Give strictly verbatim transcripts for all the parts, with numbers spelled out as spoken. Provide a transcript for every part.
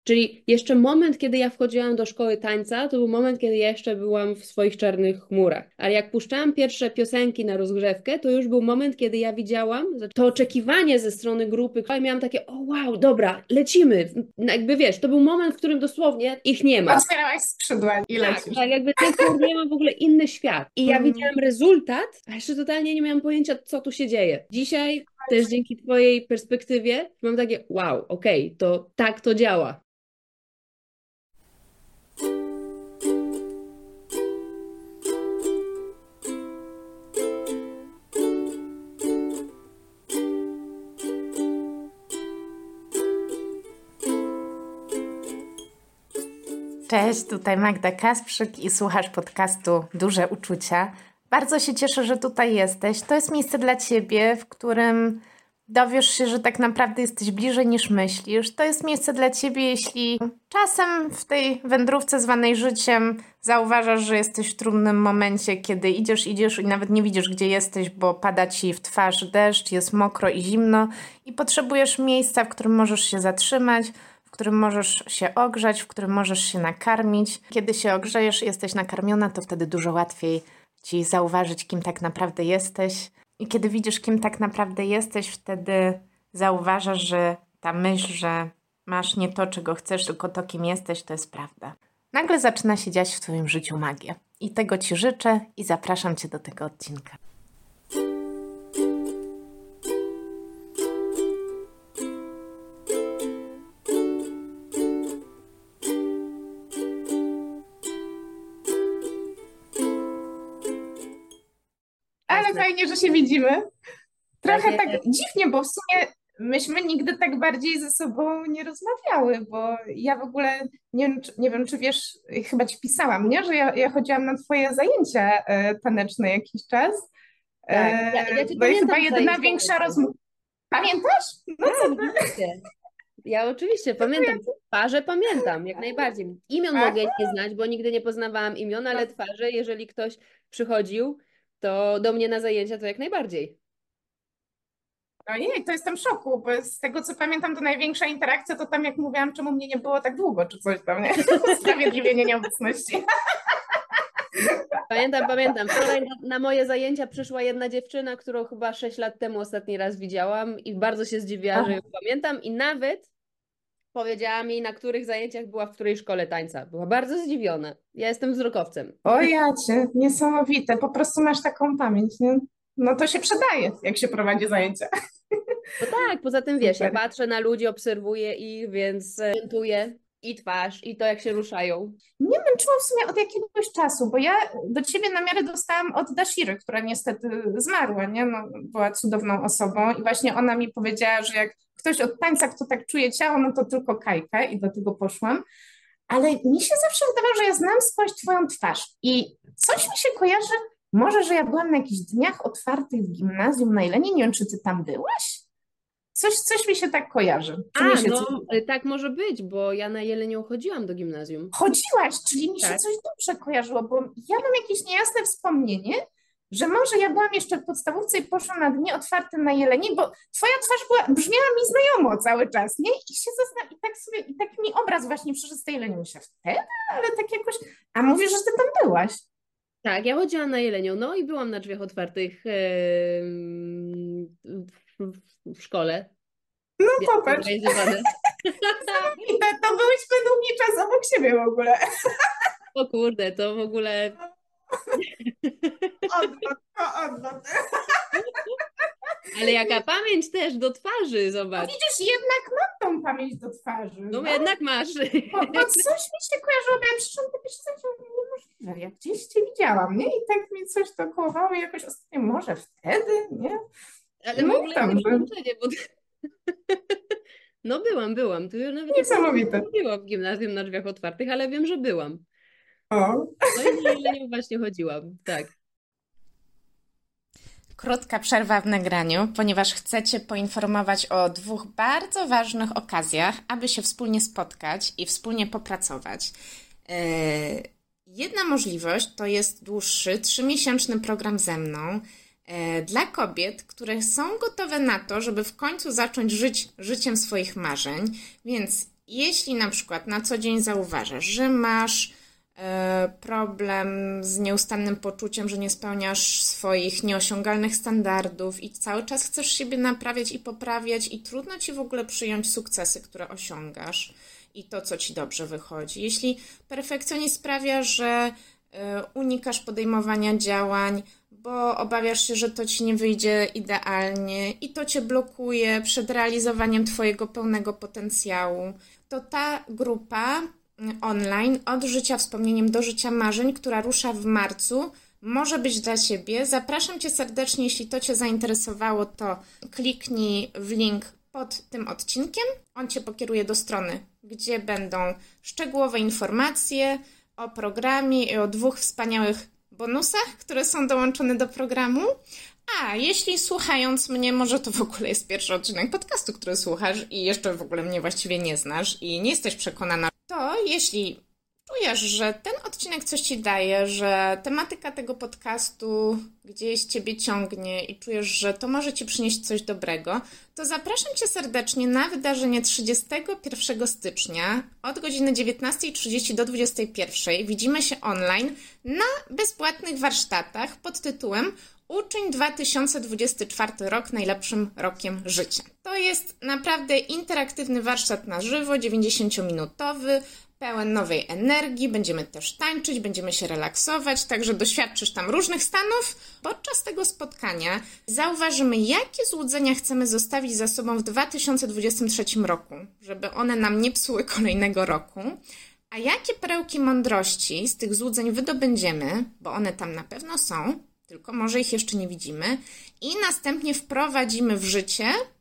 Czyli jeszcze moment, kiedy ja wchodziłam do szkoły tańca, to był moment, kiedy ja jeszcze byłam w swoich czarnych chmurach. Ale jak puszczałam pierwsze piosenki na rozgrzewkę, to już był moment, kiedy ja widziałam że to oczekiwanie ze strony grupy. I miałam takie, o wow, dobra, lecimy. No jakby wiesz, to był moment, w którym dosłownie ich nie ma. Otwierałaś skrzydła i Tak, lecisz. tak, jakby tych chmur nie ma w ogóle inny świat. I ja Mm. widziałam rezultat, a jeszcze totalnie nie miałam pojęcia, co tu się dzieje. Dzisiaj też dzięki twojej perspektywie mam takie, wow, okej, to tak to działa. Cześć, tutaj Magda Kasprzyk i słuchasz podcastu Duże Uczucia. Bardzo się cieszę, że tutaj jesteś. To jest miejsce dla Ciebie, w którym dowiesz się, że tak naprawdę jesteś bliżej niż myślisz. To jest miejsce dla Ciebie, jeśli czasem w tej wędrówce zwanej życiem zauważasz, że jesteś w trudnym momencie, kiedy idziesz, idziesz i nawet nie widzisz, gdzie jesteś, bo pada Ci w twarz deszcz, jest mokro i zimno i potrzebujesz miejsca, w którym możesz się zatrzymać, w którym możesz się ogrzać, w którym możesz się nakarmić. Kiedy się ogrzejesz i jesteś nakarmiona, to wtedy dużo łatwiej Ci zauważyć, kim tak naprawdę jesteś. I kiedy widzisz, kim tak naprawdę jesteś, wtedy zauważasz, że ta myśl, że masz nie to, czego chcesz, tylko to, kim jesteś, to jest prawda. Nagle zaczyna się dziać w Twoim życiu magia. I tego Ci życzę i zapraszam Cię do tego odcinka. Ale fajnie, że się widzimy. Trochę Tak, tak ja- dziwnie, bo w sumie myśmy nigdy tak bardziej ze sobą nie rozmawiały, bo ja w ogóle nie, wiem, czy- nie wiem, czy wiesz, chyba ci pisałam, nie? Że ja, ja chodziłam na twoje zajęcia e, taneczne jakiś czas. tak. Ja, E, ja cię no i chyba pamiętam z jedyna zajęć większa tanecznych. rozmowa. Pamiętasz? No Tak, co ty? oczywiście. Ja oczywiście pamiętam. Twarze pamiętam, jak najbardziej. Imion Ach, mogę nie znać, bo nigdy nie poznawałam imion, ale twarze, jeżeli ktoś przychodził, to do mnie na zajęcia, to jak najbardziej. ojej, to jestem w szoku, bo z tego co pamiętam, to największa interakcja to tam, jak mówiłam, czemu mnie nie było tak długo, czy coś tam, nie? Usprawiedliwienie nieobecności. Pamiętam, pamiętam. Wczoraj na, na moje zajęcia przyszła jedna dziewczyna, którą chyba sześć lat temu ostatni raz widziałam i bardzo się zdziwiła, że ją pamiętam i nawet powiedziałam jej, na których zajęciach była, w której szkole tańca. Była bardzo zdziwiona. Ja jestem wzrokowcem. O jacie, niesamowite, po prostu masz taką pamięć, nie? No to się przydaje, jak się prowadzi zajęcia. No tak, poza tym wiesz, ja Super. patrzę na ludzi, obserwuję ich, więc e, orientuję i twarz, i to, jak się ruszają. Nie męczyłam w sumie od jakiegoś czasu, bo ja do ciebie namiary dostałam od Dashiry, która niestety zmarła, nie? No, była cudowną osobą i właśnie ona mi powiedziała, że jak ktoś od tańca, kto tak czuje ciało, no to tylko Kajkę i do tego poszłam. Ale mi się zawsze wydawało, że ja znam skądś twoją twarz i coś mi się kojarzy, może, że ja byłam na jakichś dniach otwartych w gimnazjum na Jelenie, nie wiem, czy ty tam byłaś? Coś, coś mi się tak kojarzy. Czy mi A, się no, coś... e, tak może być, bo ja na Jelenią chodziłam do gimnazjum. Chodziłaś, czyli mi się Tak. coś dobrze kojarzyło, bo ja mam jakieś niejasne wspomnienie, że może ja byłam jeszcze w podstawówce i poszłam na dni otwarte na Jeleni, bo twoja twarz była, brzmiała mi znajomo cały czas, nie? I się zastanawiam, i tak sobie, i tak mi obraz właśnie przyszedł z tej Jeleni. Myślę, wtedy? Ale tak jakoś... A mówisz, że ty tam byłaś. Tak, ja chodziłam na Jelenią, no i byłam na drzwiach otwartych em, w, w, w szkole. No Ja- popatrz. Organizowane. I to, to byłyśmy długi czas obok siebie w ogóle. O kurde, to w ogóle... Odwrót, to odwrót. Ale jaka pamięć też do twarzy, No zobacz. widzisz, jednak mam tą pamięć do twarzy. No No. jednak masz. Bo, bo coś mi się kojarzyło, bo ja przyszłam do pierwszej zajęcia, niemożliwe, ja gdzieś cię widziałam, nie? I tak mi coś to kołowało i jakoś ostatnio, może wtedy, nie? Ale w No i ogóle tam, nie że połączenie, bo... No byłam, byłam. Tu już nawet nie niesamowite. chodziłam w gimnazjum na drzwiach otwartych, ale wiem, że byłam. O. No i na Jelenią właśnie chodziłam, tak. Krótka przerwa w nagraniu, ponieważ chcę Cię poinformować o dwóch bardzo ważnych okazjach, aby się wspólnie spotkać i wspólnie popracować. Yy, jedna możliwość to jest dłuższy, trzymiesięczny program ze mną yy, dla kobiet, które są gotowe na to, żeby w końcu zacząć żyć życiem swoich marzeń, więc jeśli na przykład na co dzień zauważasz, że masz e, problem z nieustannym poczuciem, że nie spełniasz swoich nieosiągalnych standardów i cały czas chcesz siebie naprawiać i poprawiać i trudno ci w ogóle przyjąć sukcesy, które osiągasz i to, co ci dobrze wychodzi. Jeśli perfekcjonizm sprawia, że e, unikasz podejmowania działań, bo obawiasz się, że to ci nie wyjdzie idealnie i to cię blokuje przed realizowaniem twojego pełnego potencjału, to ta grupa online Od życia wspomnieniem do życia marzeń, która rusza w marcu, może być dla ciebie. Zapraszam cię serdecznie, jeśli to cię zainteresowało, to kliknij w link pod tym odcinkiem. On cię pokieruje do strony, gdzie będą szczegółowe informacje o programie i o dwóch wspaniałych bonusach, które są dołączone do programu. A jeśli słuchając mnie, może to w ogóle jest pierwszy odcinek podcastu, który słuchasz i jeszcze w ogóle mnie właściwie nie znasz i nie jesteś przekonana, to jeśli czujesz, że ten odcinek coś ci daje, że tematyka tego podcastu gdzieś ciebie ciągnie i czujesz, że to może ci przynieść coś dobrego, to zapraszam cię serdecznie na wydarzenie trzydziestego pierwszego stycznia od godziny dziewiętnastej trzydzieści do dwudziestej pierwszej. Widzimy się online na bezpłatnych warsztatach pod tytułem Uczeń dwa tysiące dwudziesty czwarty rok najlepszym rokiem życia. To jest naprawdę interaktywny warsztat na żywo, dziewięćdziesięciominutowy, pełen nowej energii, będziemy też tańczyć, będziemy się relaksować, także doświadczysz tam różnych stanów. Podczas tego spotkania zauważymy, jakie złudzenia chcemy zostawić za sobą w dwa tysiące dwudziestym trzecim roku, żeby one nam nie psuły kolejnego roku, a jakie perełki mądrości z tych złudzeń wydobędziemy, bo one tam na pewno są, tylko może ich jeszcze nie widzimy, i następnie wprowadzimy w życie,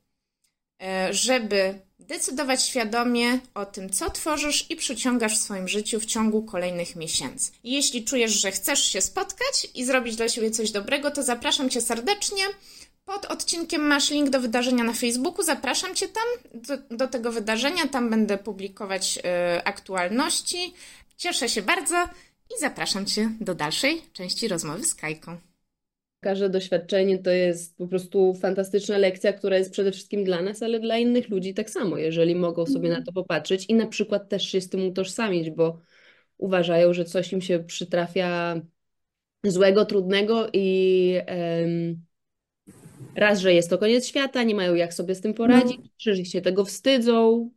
żeby decydować świadomie o tym, co tworzysz i przyciągasz w swoim życiu w ciągu kolejnych miesięcy. I jeśli czujesz, że chcesz się spotkać i zrobić dla siebie coś dobrego, to zapraszam cię serdecznie. Pod odcinkiem masz link do wydarzenia na Facebooku. Zapraszam cię tam do, do tego wydarzenia. Tam będę publikować y, aktualności. Cieszę się bardzo i zapraszam cię do dalszej części rozmowy z Kajką. Każde doświadczenie to jest po prostu fantastyczna lekcja, która jest przede wszystkim dla nas, ale dla innych ludzi tak samo, jeżeli mogą sobie na to popatrzeć i na przykład też się z tym utożsamić, bo uważają, że coś im się przytrafia złego, trudnego i em, raz, że jest to koniec świata, nie mają jak sobie z tym poradzić, że się tego wstydzą,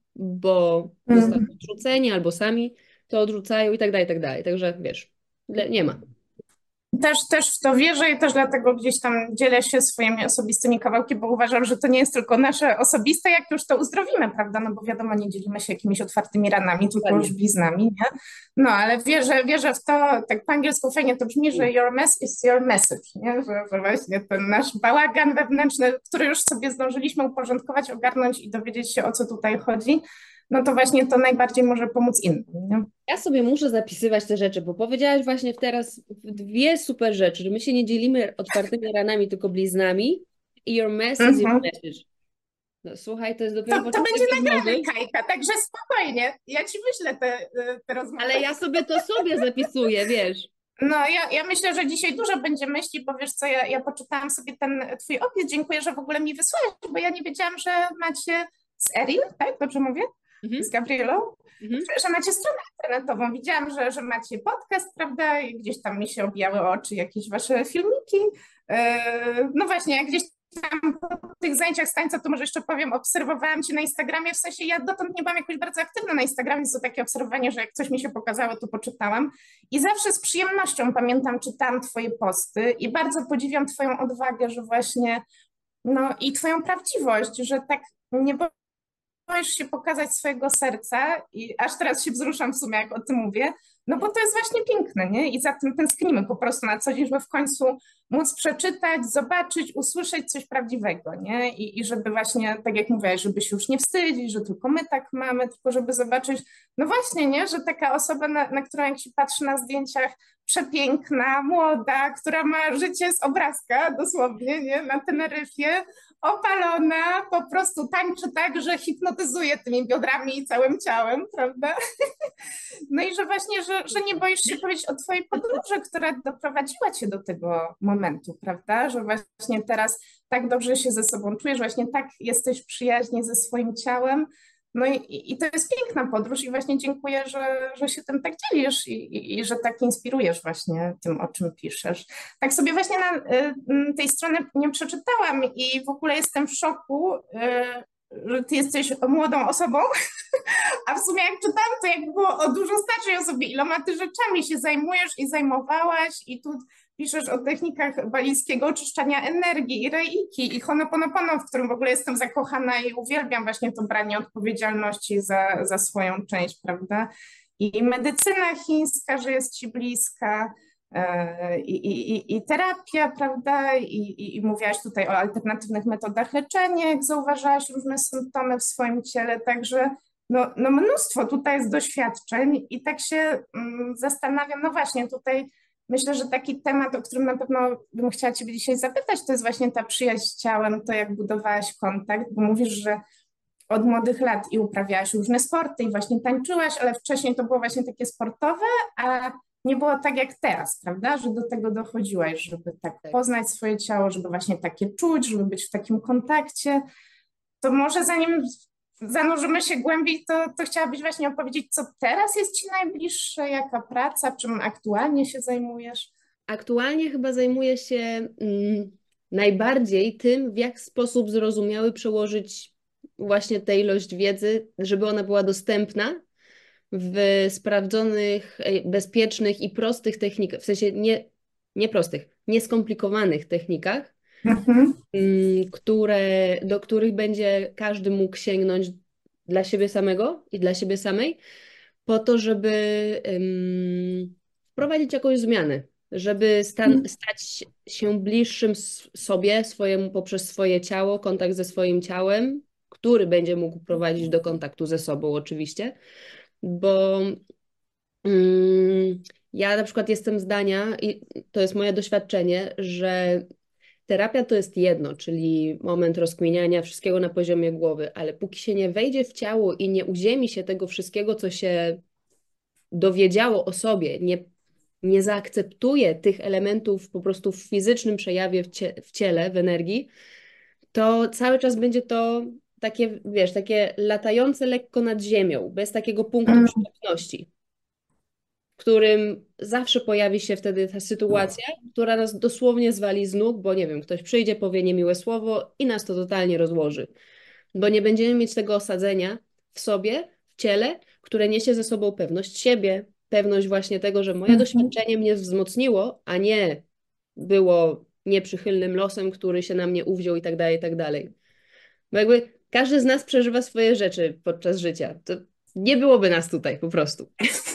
bo zostaną odrzuceni albo sami to odrzucają i tak dalej, i tak dalej. Także wiesz, nie ma. Też, też w to wierzę i też dlatego gdzieś tam dzielę się swoimi osobistymi kawałkami, bo uważam, że to nie jest tylko nasze osobiste, jak już to uzdrowimy, prawda? No bo wiadomo, nie dzielimy się jakimiś otwartymi ranami, tylko już bliznami, nie? No ale wierzę, wierzę w to, tak po angielsku fajnie to brzmi, że your mess is your message, nie? Że, że właśnie ten nasz bałagan wewnętrzny, który już sobie zdążyliśmy uporządkować, ogarnąć i dowiedzieć się, o co tutaj chodzi, no to właśnie to najbardziej może pomóc innym, nie? Ja sobie muszę zapisywać te rzeczy, bo powiedziałaś właśnie teraz dwie super rzeczy, że my się nie dzielimy otwartymi ranami, tylko bliznami i your mess is your message. No, słuchaj, to jest dopiero To, to będzie nagrane, Kajka, także spokojnie, ja ci wyślę te, te rozmowy. Ale ja sobie to sobie zapisuję, wiesz. No ja, ja myślę, że dzisiaj dużo będzie myśli, bo wiesz co, ja, ja poczytałam sobie ten twój opis, dziękuję, że w ogóle mi wysłałeś, bo ja nie wiedziałam, że macie z Erin, tak, dobrze mówię? Mhm. Z Gabrielą, mhm. że, że macie stronę internetową. Widziałam, że, że macie podcast, prawda, i gdzieś tam mi się obijały oczy, jakieś wasze filmiki. Yy, no właśnie, jak gdzieś tam po tych zajęciach z tańca, to może jeszcze powiem, obserwowałam cię na Instagramie, w sensie ja dotąd nie byłam jakoś bardzo aktywna na Instagramie, więc to takie obserwowanie, że jak coś mi się pokazało, to poczytałam i zawsze z przyjemnością, pamiętam, czytałam twoje posty i bardzo podziwiam twoją odwagę, że właśnie, no i twoją prawdziwość, że tak nie boisz się pokazać swojego serca i aż teraz się wzruszam w sumie, jak o tym mówię, no bo to jest właśnie piękne, nie? I za tym tęsknimy po prostu na co dzień, żeby w końcu móc przeczytać, zobaczyć, usłyszeć coś prawdziwego, nie? I, i żeby właśnie, tak jak mówiłaś, żeby się już nie wstydzić, że tylko my tak mamy, tylko żeby zobaczyć, no właśnie, nie? Że taka osoba, na, na którą jak się patrzy na zdjęciach, przepiękna, młoda, która ma życie z obrazka, dosłownie, nie? Na Teneryfie, opalona, po prostu tańczy tak, że hipnotyzuje tymi biodrami i całym ciałem, prawda? No i że właśnie, że, że nie boisz się powiedzieć o twojej podróży, która doprowadziła cię do tego momentu, prawda? Że właśnie teraz tak dobrze się ze sobą czujesz, właśnie tak jesteś przyjaźnie ze swoim ciałem, No i, i to jest piękna podróż i właśnie dziękuję, że, że się tym tak dzielisz i, i, i że tak inspirujesz właśnie tym, o czym piszesz. Tak sobie właśnie na y, y, tej strony nie przeczytałam i w ogóle jestem w szoku, y, że ty jesteś młodą osobą, a w sumie jak czytałam, to jak było o dużo starszej osobie, iloma ty rzeczami się zajmujesz i zajmowałaś i tu piszesz o technikach balijskiego oczyszczania energii i reiki i Ho'oponopono, w którym w ogóle jestem zakochana i uwielbiam właśnie to branie odpowiedzialności za, za swoją część, prawda? I medycyna chińska, że jest ci bliska, e, i, i, i, i terapia, prawda? I, i, I mówiłaś tutaj o alternatywnych metodach leczenia, jak zauważałaś różne symptomy w swoim ciele, także no, no mnóstwo tutaj jest doświadczeń i tak się mm, zastanawiam, no właśnie tutaj myślę, że taki temat, o którym na pewno bym chciała Ciebie dzisiaj zapytać, to jest właśnie ta przyjaźń z ciałem, to jak budowałaś kontakt, bo mówisz, że od młodych lat i uprawiałaś różne sporty i właśnie tańczyłaś, ale wcześniej to było właśnie takie sportowe, a nie było tak jak teraz, prawda, że do tego dochodziłaś, żeby tak Tak. poznać swoje ciało, żeby właśnie takie czuć, żeby być w takim kontakcie. To może zanim zanurzymy się głębiej, to, to chciałabyś właśnie opowiedzieć, co teraz jest Ci najbliższe, jaka praca, czym aktualnie się zajmujesz? Aktualnie chyba zajmuję się mm, najbardziej tym, w jaki sposób zrozumiały przełożyć właśnie tę ilość wiedzy, żeby ona była dostępna w sprawdzonych, e, bezpiecznych i prostych technikach, w sensie nie, nie prostych, nieskomplikowanych technikach, Mhm. mm, które, do których będzie każdy mógł sięgnąć dla siebie samego i dla siebie samej, po to, żeby ym, wprowadzić jakąś zmianę, żeby stan, stać się bliższym s- sobie, swojemu poprzez swoje ciało, kontakt ze swoim ciałem, który będzie mógł prowadzić do kontaktu ze sobą oczywiście, bo ym, ja na przykład jestem zdania, i to jest moje doświadczenie, że terapia to jest jedno, czyli moment rozkminiania wszystkiego na poziomie głowy, ale póki się nie wejdzie w ciało i nie uziemi się tego wszystkiego, co się dowiedziało o sobie, nie, nie zaakceptuje tych elementów po prostu w fizycznym przejawie w, cie, w ciele, w energii, to cały czas będzie to takie, wiesz, takie latające lekko nad ziemią, bez takiego punktu przytomności, w którym zawsze pojawi się wtedy ta sytuacja, która nas dosłownie zwali z nóg, bo nie wiem, ktoś przyjdzie, powie niemiłe słowo i nas to totalnie rozłoży. Bo nie będziemy mieć tego osadzenia w sobie, w ciele, które niesie ze sobą pewność siebie, pewność właśnie tego, że moje doświadczenie mnie wzmocniło, a nie było nieprzychylnym losem, który się na mnie uwziął i tak dalej, i tak dalej. Bo jakby każdy z nas przeżywa swoje rzeczy podczas życia. To nie byłoby nas tutaj po prostu.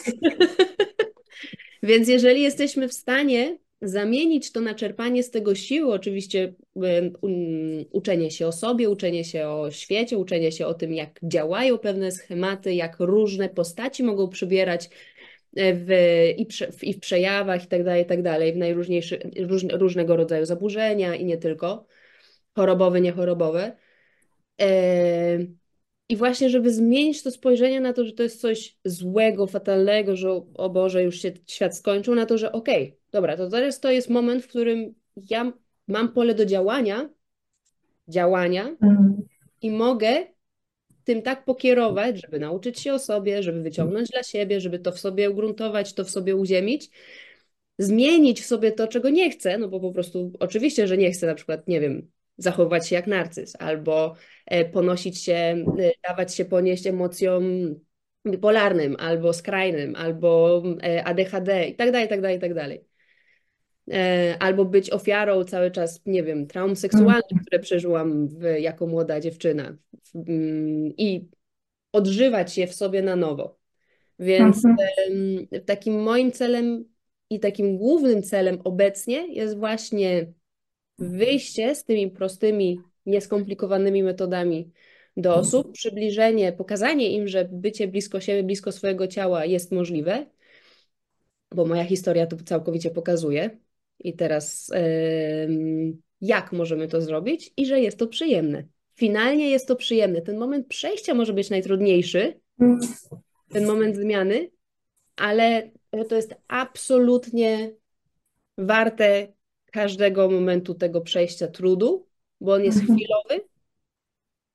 Więc jeżeli jesteśmy w stanie zamienić to na czerpanie z tego siły, oczywiście em, um, uczenie się o sobie, uczenie się o świecie, uczenie się o tym, jak działają pewne schematy, jak różne postaci mogą przybierać e, w, i, prze, w, i w przejawach i tak dalej, i tak dalej, w najróżniejszych, różne, różnego rodzaju zaburzenia i nie tylko, chorobowe, niechorobowe. E, I właśnie, żeby zmienić to spojrzenie na to, że to jest coś złego, fatalnego, że o Boże, już się świat skończył, na to, że okej, dobra, to teraz to jest moment, w którym ja mam pole do działania, działania i mogę tym tak pokierować, żeby nauczyć się o sobie, żeby wyciągnąć dla siebie, żeby to w sobie ugruntować, to w sobie uziemić, zmienić w sobie to, czego nie chcę, no bo po prostu oczywiście, że nie chcę na przykład, nie wiem, zachowywać się jak narcyz, albo e, ponosić się, e, dawać się ponieść emocjom bipolarnym, albo skrajnym, albo e, A D H D i tak dalej, i tak dalej, i tak dalej. E, albo być ofiarą cały czas, nie wiem, traum seksualnych, które przeżyłam w, jako młoda dziewczyna Mm, i odżywać je w sobie na nowo. Więc em, takim moim celem i takim głównym celem obecnie jest właśnie wyjście z tymi prostymi, nieskomplikowanymi metodami do osób, przybliżenie, pokazanie im, że bycie blisko siebie, blisko swojego ciała jest możliwe, bo moja historia to całkowicie pokazuje. I teraz em, jak możemy to zrobić i że jest to przyjemne. Finalnie jest to przyjemne. Ten moment przejścia może być najtrudniejszy, ten moment zmiany, ale to jest absolutnie warte każdego momentu tego przejścia trudu, bo on jest chwilowy,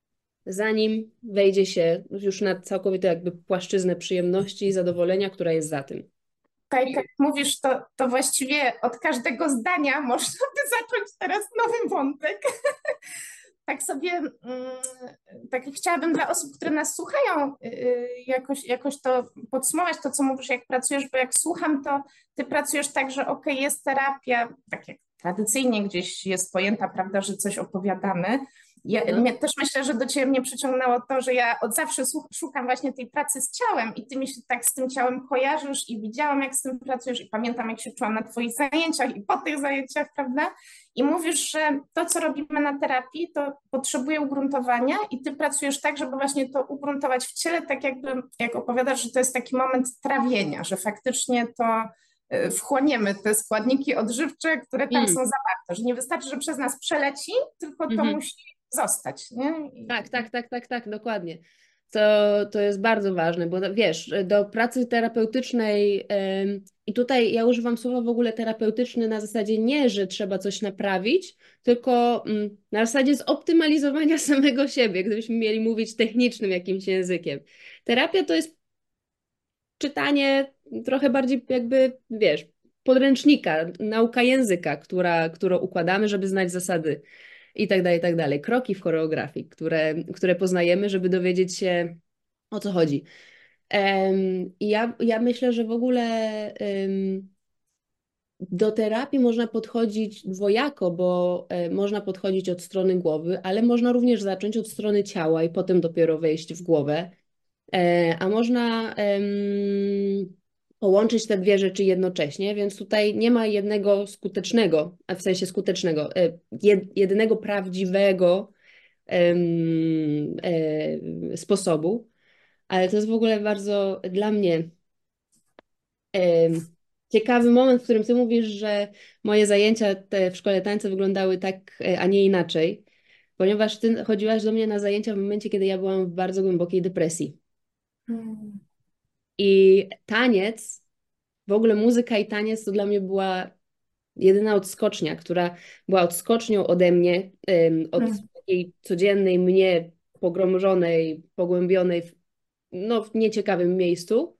zanim wejdzie się już na całkowitą jakby płaszczyznę przyjemności i zadowolenia, która jest za tym. Tak, jak mówisz, to, to właściwie od każdego zdania można by zacząć teraz nowy wątek. Tak sobie, mm, tak chciałabym dla osób, które nas słuchają, yy, jakoś, jakoś to podsumować, to co mówisz, jak pracujesz, bo jak słucham, to ty pracujesz tak, że okej, okay, jest terapia, tak jak tradycyjnie gdzieś jest pojęta, prawda, że coś opowiadamy. Ja No. mnie, też myślę, że do ciebie mnie przyciągnęło to, że ja od zawsze szukam właśnie tej pracy z ciałem i ty mi się tak z tym ciałem kojarzysz i widziałam, jak z tym pracujesz i pamiętam, jak się czułam na twoich zajęciach i po tych zajęciach, prawda? I mówisz, że to, co robimy na terapii, to potrzebuje ugruntowania i ty pracujesz tak, żeby właśnie to ugruntować w ciele, tak jakby, jak opowiadasz, że to jest taki moment trawienia, że faktycznie to wchłoniemy te składniki odżywcze, które tam Mm. są zawarte, że nie wystarczy, że przez nas przeleci, tylko to Mhm. musi zostać, nie? I... Tak, tak, tak, tak, tak, dokładnie. To, to jest bardzo ważne, bo no, wiesz, do pracy terapeutycznej ym, i tutaj ja używam słowa w ogóle terapeutyczny na zasadzie nie, że trzeba coś naprawić, tylko ym, na zasadzie zoptymalizowania samego siebie, gdybyśmy mieli mówić technicznym jakimś językiem. Terapia to jest czytanie trochę bardziej jakby, wiesz, podręcznika, nauka języka, która, którą układamy, żeby znać zasady i tak dalej, i tak dalej. Kroki w choreografii, które, które poznajemy, żeby dowiedzieć się, o co chodzi. Um, I ja, ja myślę, że w ogóle um, do terapii można podchodzić dwojako, bo e, można podchodzić od strony głowy, ale można również zacząć od strony ciała i potem dopiero wejść w głowę. E, a można em, połączyć te dwie rzeczy jednocześnie, więc tutaj nie ma jednego skutecznego, a w sensie skutecznego, e, jed, jedynego prawdziwego em, e, sposobu, ale to jest w ogóle bardzo dla mnie em, ciekawy moment, w którym ty mówisz, że moje zajęcia te w szkole tańca wyglądały tak, e, a nie inaczej, ponieważ ty chodziłaś do mnie na zajęcia w momencie, kiedy ja byłam w bardzo głębokiej depresji. Hmm. I taniec, w ogóle muzyka i taniec to dla mnie była jedyna odskocznia, która była odskocznią ode mnie, ym, od Hmm. takiej codziennej mnie pogrążonej, pogłębionej w, no, w nieciekawym miejscu.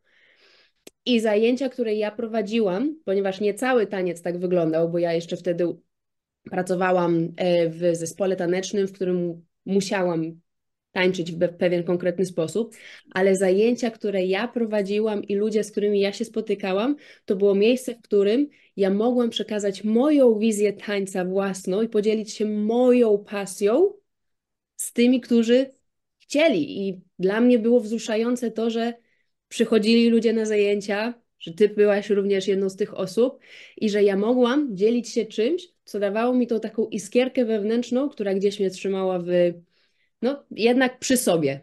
I zajęcia, które ja prowadziłam, ponieważ nie cały taniec tak wyglądał, bo ja jeszcze wtedy pracowałam e, w zespole tanecznym, w którym musiałam tańczyć w be- pewien konkretny sposób, ale zajęcia, które ja prowadziłam i ludzie, z którymi ja się spotykałam, to było miejsce, w którym ja mogłam przekazać moją wizję tańca własną i podzielić się moją pasją z tymi, którzy chcieli. I dla mnie było wzruszające to, że przychodzili ludzie na zajęcia, że ty byłaś również jedną z tych osób i że ja mogłam dzielić się czymś, co dawało mi tą taką iskierkę wewnętrzną, która gdzieś mnie trzymała w, no jednak przy sobie.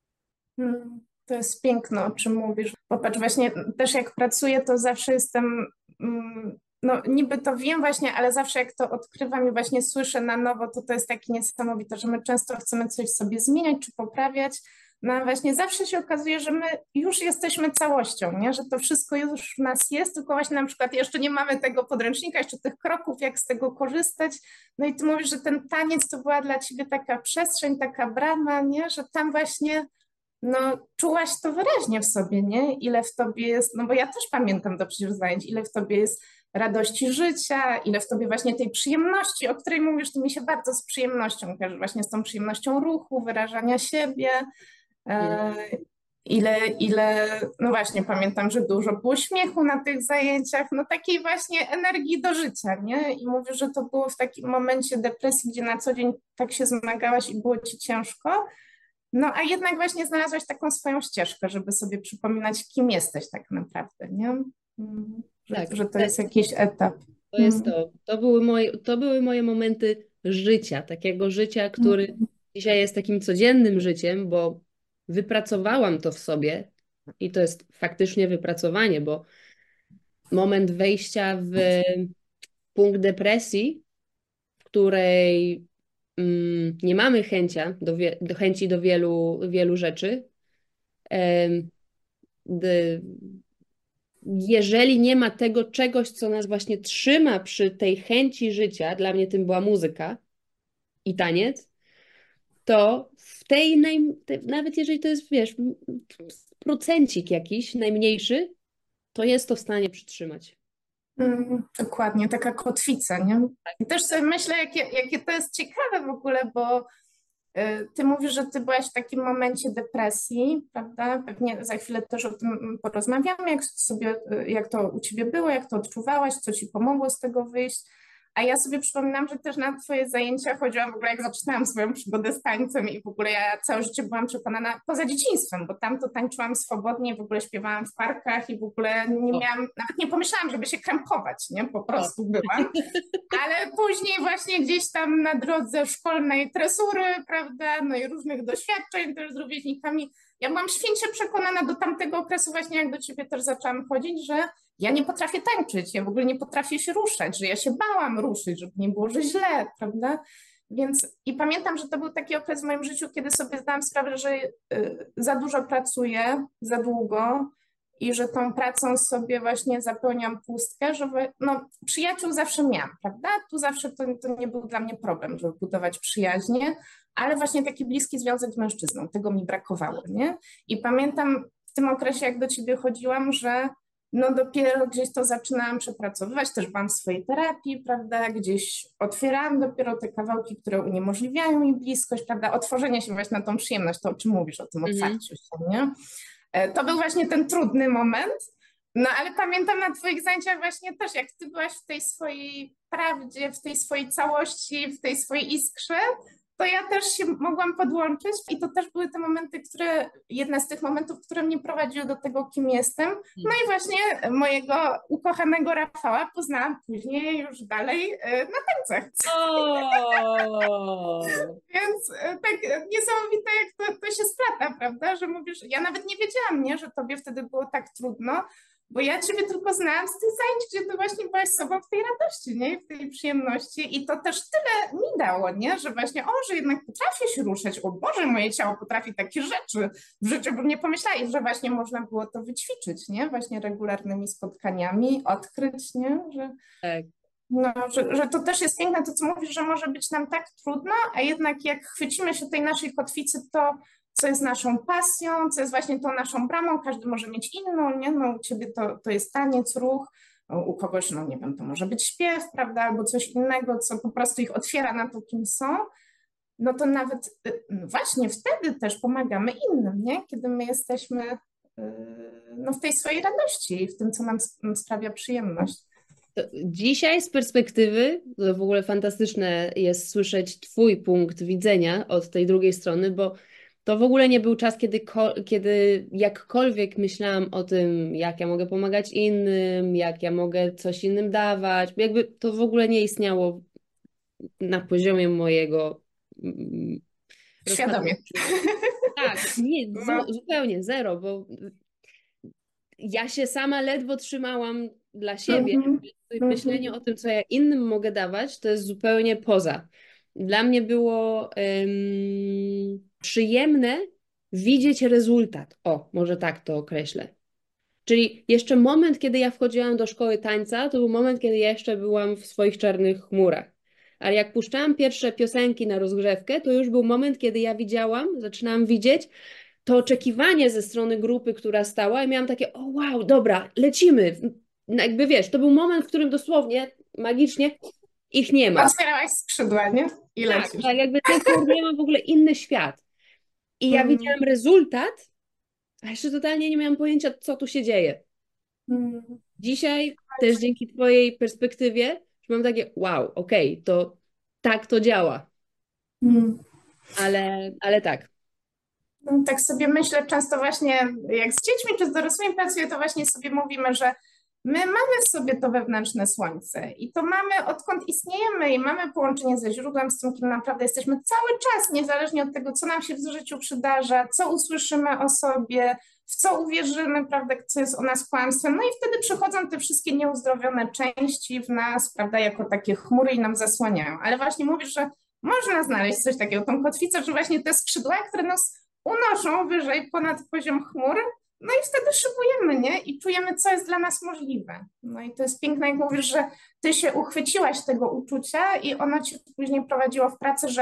Hmm. To jest piękne, o czym mówisz. Popatrz, właśnie też jak pracuję, to zawsze jestem, mm, no niby to wiem właśnie, ale zawsze jak to odkrywam i właśnie słyszę na nowo, to to jest takie niesamowite, że my często chcemy coś sobie zmieniać czy poprawiać, no a właśnie zawsze się okazuje, że my już jesteśmy całością, nie? Że to wszystko już w nas jest, tylko właśnie na przykład jeszcze nie mamy tego podręcznika, jeszcze tych kroków, jak z tego korzystać. No i ty mówisz, że ten taniec to była dla ciebie taka przestrzeń, taka brama, nie? Że tam właśnie no, czułaś to wyraźnie w sobie, nie? Ile w tobie jest, no bo ja też pamiętam to przecież zajęć, ile w tobie jest radości życia, ile w tobie właśnie tej przyjemności, o której mówisz, to mi się bardzo z przyjemnością kojarzy, właśnie z tą przyjemnością ruchu, wyrażania siebie. E, ile, ile, no właśnie pamiętam, że dużo było śmiechu na tych zajęciach, no takiej właśnie energii do życia, nie? I mówisz, że to było w takim momencie depresji, gdzie na co dzień tak się zmagałaś i było ci ciężko. No a jednak właśnie znalazłaś taką swoją ścieżkę, żeby sobie przypominać, kim jesteś tak naprawdę, nie? Mm, Że, Tak, że to to jest jest, jakiś etap. to jest Mm. to. To były moje, to były moje momenty życia, takiego życia, który dzisiaj jest takim codziennym życiem, bo wypracowałam to w sobie i to jest faktycznie wypracowanie, bo moment wejścia w punkt depresji, w której mm, nie mamy chęcia do, wie, do chęci do wielu, wielu rzeczy, em, d- jeżeli nie ma tego czegoś, co nas właśnie trzyma przy tej chęci życia, dla mnie tym była muzyka i taniec, to w tej, naj, te, nawet jeżeli to jest, wiesz, procencik jakiś, najmniejszy, to jest to w stanie przytrzymać. Mm, dokładnie, taka kotwica, nie? I też sobie myślę, jakie, jakie to jest ciekawe w ogóle, bo y, ty mówisz, że ty byłaś w takim momencie depresji, prawda? Pewnie za chwilę też o tym porozmawiamy, jak sobie, y, jak to u ciebie było, jak to odczuwałaś, co ci pomogło z tego wyjść. A ja sobie przypominam, że też na twoje zajęcia chodziłam w ogóle, jak zaczynałam swoją przygodę z tańcem i w ogóle ja całe życie byłam przekonana, poza dzieciństwem, bo tam to tańczyłam swobodnie, w ogóle śpiewałam w parkach i w ogóle nie miałam, nawet nie pomyślałam, żeby się krępować, nie? Po prostu byłam. Ale później właśnie gdzieś tam na drodze szkolnej tresury, prawda, no i różnych doświadczeń też z rówieśnikami, ja byłam święcie przekonana do tamtego okresu właśnie, jak do ciebie też zaczęłam chodzić, że ja nie potrafię tańczyć, ja w ogóle nie potrafię się ruszać, że ja się bałam ruszyć, żeby nie było, że źle, prawda? Więc i pamiętam, że to był taki okres w moim życiu, kiedy sobie zdałam sprawę, że y, za dużo pracuję, za długo i że tą pracą sobie właśnie zapełniam pustkę, żeby, no przyjaciół zawsze miałam, prawda? Tu zawsze to, to nie był dla mnie problem, żeby budować przyjaźnie, ale właśnie taki bliski związek z mężczyzną, tego mi brakowało, nie? I pamiętam w tym okresie, jak do ciebie chodziłam, że no dopiero gdzieś to zaczynałam przepracowywać, też byłam w swojej terapii, prawda, gdzieś otwierałam dopiero te kawałki, które uniemożliwiają mi bliskość, prawda, otworzenie się właśnie na tą przyjemność, to o czym mówisz, o tym Mhm. otwarciu się, nie? To był właśnie ten trudny moment, no ale pamiętam na twoich zajęciach właśnie też, jak ty byłaś w tej swojej prawdzie, w tej swojej całości, w tej swojej iskrze, to ja też się mogłam podłączyć i to też były te momenty, które, jedne z tych momentów, które mnie prowadziły do tego, kim jestem. No i właśnie mojego ukochanego Rafała poznałam później już dalej na tańcach. O! Więc tak niesamowite, jak to, to się splata, prawda, że mówisz, ja nawet nie wiedziałam, nie, że tobie wtedy było tak trudno, bo ja ciebie tylko znałam z tych zajęć, gdzie ty właśnie byłaś sobą w tej radości, nie? W tej przyjemności i to też tyle mi dało, nie? Że właśnie, o, że jednak potrafię się ruszać, o Boże, moje ciało potrafi takie rzeczy, w życiu bym nie pomyślała i że właśnie można było to wyćwiczyć, nie? Właśnie regularnymi spotkaniami, odkryć, nie? Że, Tak. no, że, że to też jest piękne, to co mówisz, że może być nam tak trudno, a jednak jak chwycimy się tej naszej kotwicy, to co jest naszą pasją, co jest właśnie tą naszą bramą, każdy może mieć inną, nie? No u ciebie to, to jest taniec, ruch, u kogoś, no nie wiem, to może być śpiew, prawda, albo coś innego, co po prostu ich otwiera na to, kim są, no to nawet no właśnie wtedy też pomagamy innym, nie? Kiedy my jesteśmy no, w tej swojej radości, w tym, co nam sprawia przyjemność. Dzisiaj z perspektywy, to w ogóle fantastyczne jest słyszeć twój punkt widzenia od tej drugiej strony, bo to w ogóle nie był czas, kiedy, kiedy jakkolwiek myślałam o tym, jak ja mogę pomagać innym, jak ja mogę coś innym dawać. Jakby to w ogóle nie istniało na poziomie mojego... Świadomie. Tak, nie, no. zupełnie zero, bo ja się sama ledwo trzymałam dla siebie. Mm-hmm. Myślenie o tym, co ja innym mogę dawać, to jest zupełnie poza. Dla mnie było um, przyjemne widzieć rezultat. O, może tak to określę. Czyli jeszcze moment, kiedy ja wchodziłam do szkoły tańca, to był moment, kiedy ja jeszcze byłam w swoich czarnych chmurach. Ale jak puszczałam pierwsze piosenki na rozgrzewkę, to już był moment, kiedy ja widziałam, zaczynałam widzieć to oczekiwanie ze strony grupy, która stała i miałam takie, o wow, dobra, lecimy. No jakby wiesz, to był moment, w którym dosłownie, magicznie ich nie ma. Otwierałaś skrzydła, nie? I tak, lecisz. tak, jakby ten nie ma w ogóle inny świat. I ja mm. widziałam rezultat, a jeszcze totalnie nie miałam pojęcia, co tu się dzieje. Mm. Dzisiaj też dzięki twojej perspektywie mam takie, wow, okej, okay, to tak to działa. Mm. Ale, ale tak. No, tak sobie myślę często właśnie, jak z dziećmi czy z dorosłymi pracuję, to właśnie sobie mówimy, że my mamy w sobie to wewnętrzne słońce i to mamy odkąd istniejemy i mamy połączenie ze źródłem, z tym, kim naprawdę jesteśmy cały czas, niezależnie od tego, co nam się w życiu przydarza, co usłyszymy o sobie, w co uwierzymy, prawda, co jest o nas kłamstwem. No i wtedy przychodzą te wszystkie nieuzdrowione części w nas, prawda, jako takie chmury i nam zasłaniają. Ale właśnie mówisz, że można znaleźć coś takiego, tą kotwicę, że właśnie te skrzydła, które nas unoszą wyżej ponad poziom chmur, no i wtedy szybujemy, nie? I czujemy, co jest dla nas możliwe. No i to jest piękne, jak mówisz, że ty się uchwyciłaś tego uczucia i ono cię później prowadziło w pracy, że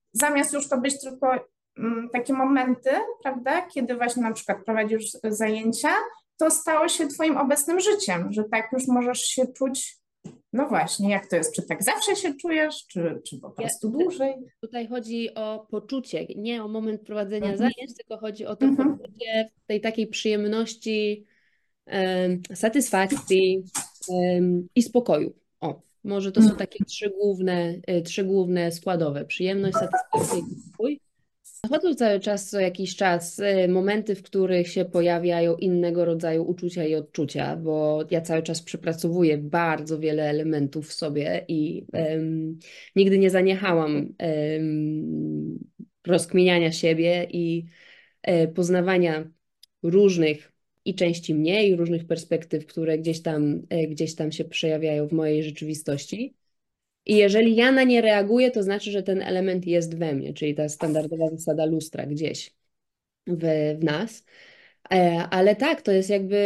zamiast już to być tylko mm, takie momenty, prawda, kiedy właśnie na przykład prowadzisz zajęcia, to stało się twoim obecnym życiem, że tak już możesz się czuć, no właśnie, jak to jest, czy tak zawsze się czujesz, czy, czy po Ja, prostu dłużej? tutaj chodzi o poczucie, nie o moment prowadzenia Mhm. zajęć, tylko chodzi o to Mhm. poczucie tej takiej przyjemności, em, satysfakcji em, i spokoju. O, może to są takie trzy główne, y, trzy główne składowe. Przyjemność, satysfakcja i spokój. Zachodzą cały czas, co jakiś czas, y, momenty, w których się pojawiają innego rodzaju uczucia i odczucia, bo ja cały czas przepracowuję bardzo wiele elementów w sobie i em, nigdy nie zaniechałam em, rozkminiania siebie i e, poznawania różnych i części mnie, i różnych perspektyw, które gdzieś tam, e, gdzieś tam się przejawiają w mojej rzeczywistości. I jeżeli ja na nie reaguję, to znaczy, że ten element jest we mnie, czyli ta standardowa zasada lustra gdzieś w, w nas. E, Ale tak, to jest jakby,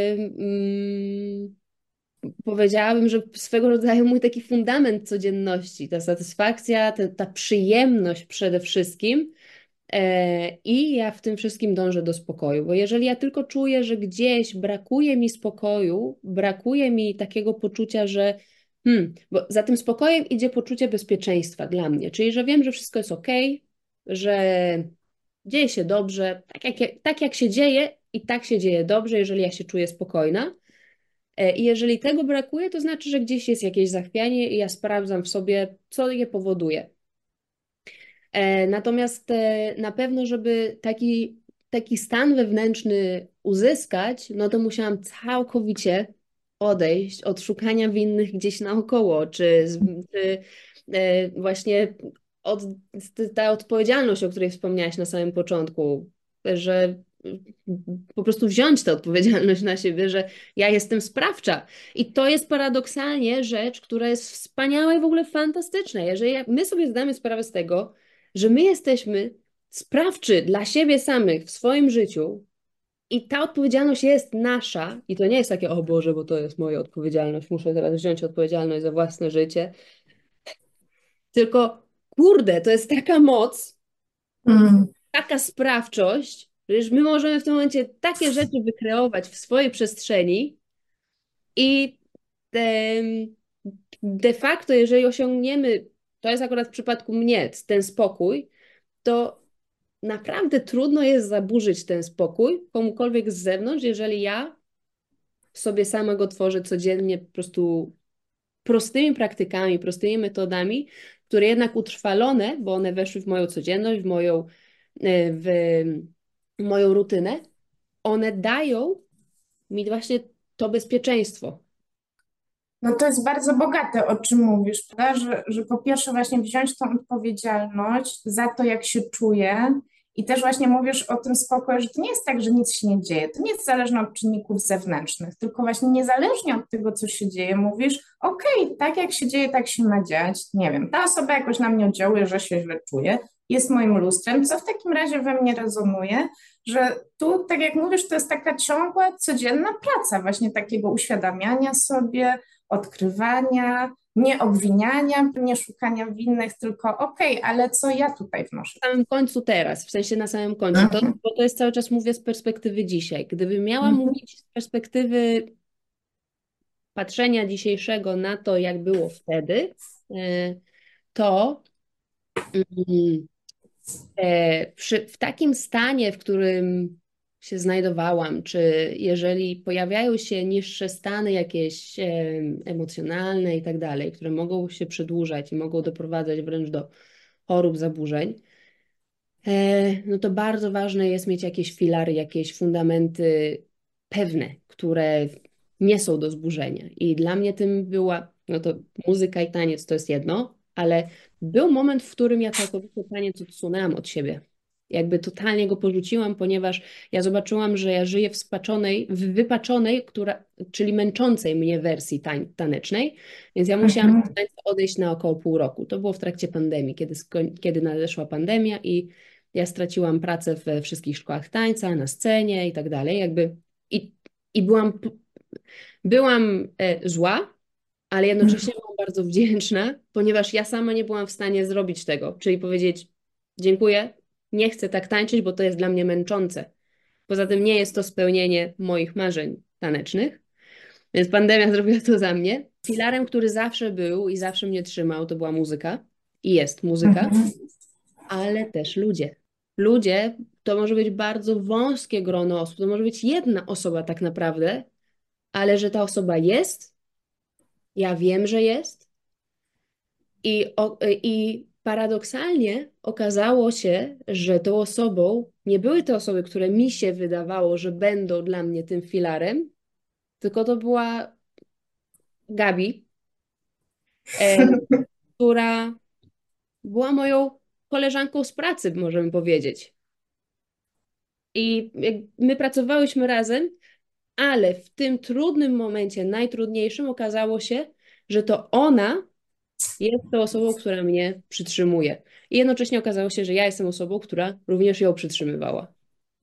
mm, powiedziałabym, że swego rodzaju mój taki fundament codzienności, ta satysfakcja, ta, ta przyjemność przede wszystkim. E, I ja w tym wszystkim dążę do spokoju, bo jeżeli ja tylko czuję, że gdzieś brakuje mi spokoju, brakuje mi takiego poczucia, że hmm, bo za tym spokojem idzie poczucie bezpieczeństwa dla mnie, czyli że wiem, że wszystko jest ok, że dzieje się dobrze, tak jak, tak jak się dzieje i tak się dzieje dobrze, jeżeli ja się czuję spokojna. E, I jeżeli tego brakuje, to znaczy, że gdzieś jest jakieś zachwianie i ja sprawdzam w sobie, co je powoduje. E, Natomiast e, na pewno, żeby taki, taki stan wewnętrzny uzyskać, no to musiałam całkowicie odejść od szukania winnych gdzieś naokoło, czy, z- czy e, właśnie od, ta odpowiedzialność, o której wspomniałaś na samym początku, że po prostu wziąć tę odpowiedzialność na siebie, że ja jestem sprawcza. I to jest paradoksalnie rzecz, która jest wspaniała i w ogóle fantastyczna. Jeżeli my sobie zdamy sprawę z tego, że my jesteśmy sprawczy dla siebie samych w swoim życiu i ta odpowiedzialność jest nasza i to nie jest takie, o Boże, bo to jest moja odpowiedzialność, muszę teraz wziąć odpowiedzialność za własne życie, tylko kurde, to jest taka moc, Mm. taka sprawczość, że my możemy w tym momencie takie rzeczy wykreować w swojej przestrzeni i em, de facto, jeżeli osiągniemy, to jest akurat w przypadku mnie, ten spokój, to naprawdę trudno jest zaburzyć ten spokój komukolwiek z zewnątrz, jeżeli ja sobie sama go tworzę codziennie po prostu prostymi praktykami, prostymi metodami, które jednak utrwalone, bo one weszły w moją codzienność, w moją, e, w moją rutynę, one dają mi właśnie to bezpieczeństwo. No to jest bardzo bogate, o czym mówisz, prawda? Że, że po pierwsze właśnie wziąć tą odpowiedzialność za to, jak się czuję i też właśnie mówisz o tym spokoju, że to nie jest tak, że nic się nie dzieje, to nie jest zależne od czynników zewnętrznych, tylko właśnie niezależnie od tego, co się dzieje, mówisz, okej, tak jak się dzieje, tak się ma dziać, nie wiem, ta osoba jakoś na mnie oddziałuje, że się źle czuję, jest moim lustrem, co w takim razie we mnie rezonuje, że tu, tak jak mówisz, to jest taka ciągła, codzienna praca właśnie takiego uświadamiania sobie, odkrywania, nie obwiniania, nie szukania winnych, tylko okej, ale co ja tutaj wnoszę? Na samym końcu teraz, w sensie na samym końcu, to, Mhm. bo to jest cały czas mówię z perspektywy dzisiaj. Gdybym miała Mhm. mówić z perspektywy patrzenia dzisiejszego na to, jak było wtedy, e, to mm, e, przy, w takim stanie, w którym się znajdowałam, czy jeżeli pojawiają się niższe stany jakieś e, emocjonalne i tak dalej, które mogą się przedłużać i mogą doprowadzać wręcz do chorób, zaburzeń, e, no to bardzo ważne jest mieć jakieś filary, jakieś fundamenty pewne, które nie są do zburzenia. I dla mnie tym była, no to muzyka i taniec to jest jedno, ale był moment, w którym ja całkowicie taniec odsunęłam od siebie. Jakby totalnie go porzuciłam, ponieważ ja zobaczyłam, że ja żyję w spaczonej, w wypaczonej, która, czyli męczącej mnie wersji tań, tanecznej, więc ja musiałam Mhm. od tańca odejść na około pół roku. To było w trakcie pandemii, kiedy, skoń- kiedy nadeszła pandemia i ja straciłam pracę we wszystkich szkołach tańca, na scenie i tak dalej, jakby i, i byłam, p- byłam e, zła, ale jednocześnie byłam bardzo wdzięczna, ponieważ ja sama nie byłam w stanie zrobić tego, czyli powiedzieć, Dziękuję, nie chcę tak tańczyć, bo to jest dla mnie męczące. Poza tym nie jest to spełnienie moich marzeń tanecznych, więc pandemia zrobiła to za mnie. Filarem, który zawsze był i zawsze mnie trzymał, to była muzyka i jest muzyka, Mhm. ale też ludzie. Ludzie to może być bardzo wąskie grono osób, to może być jedna osoba tak naprawdę, ale że ta osoba jest, ja wiem, że jest i, o, i paradoksalnie okazało się, że tą osobą nie były te osoby, które mi się wydawało, że będą dla mnie tym filarem, tylko to była Gabi, e, która była moją koleżanką z pracy, możemy powiedzieć. I jak my pracowałyśmy razem, ale w tym trudnym momencie, najtrudniejszym, okazało się, że to ona jest tą osobą, która mnie przytrzymuje. I jednocześnie okazało się, że ja jestem osobą, która również ją przytrzymywała.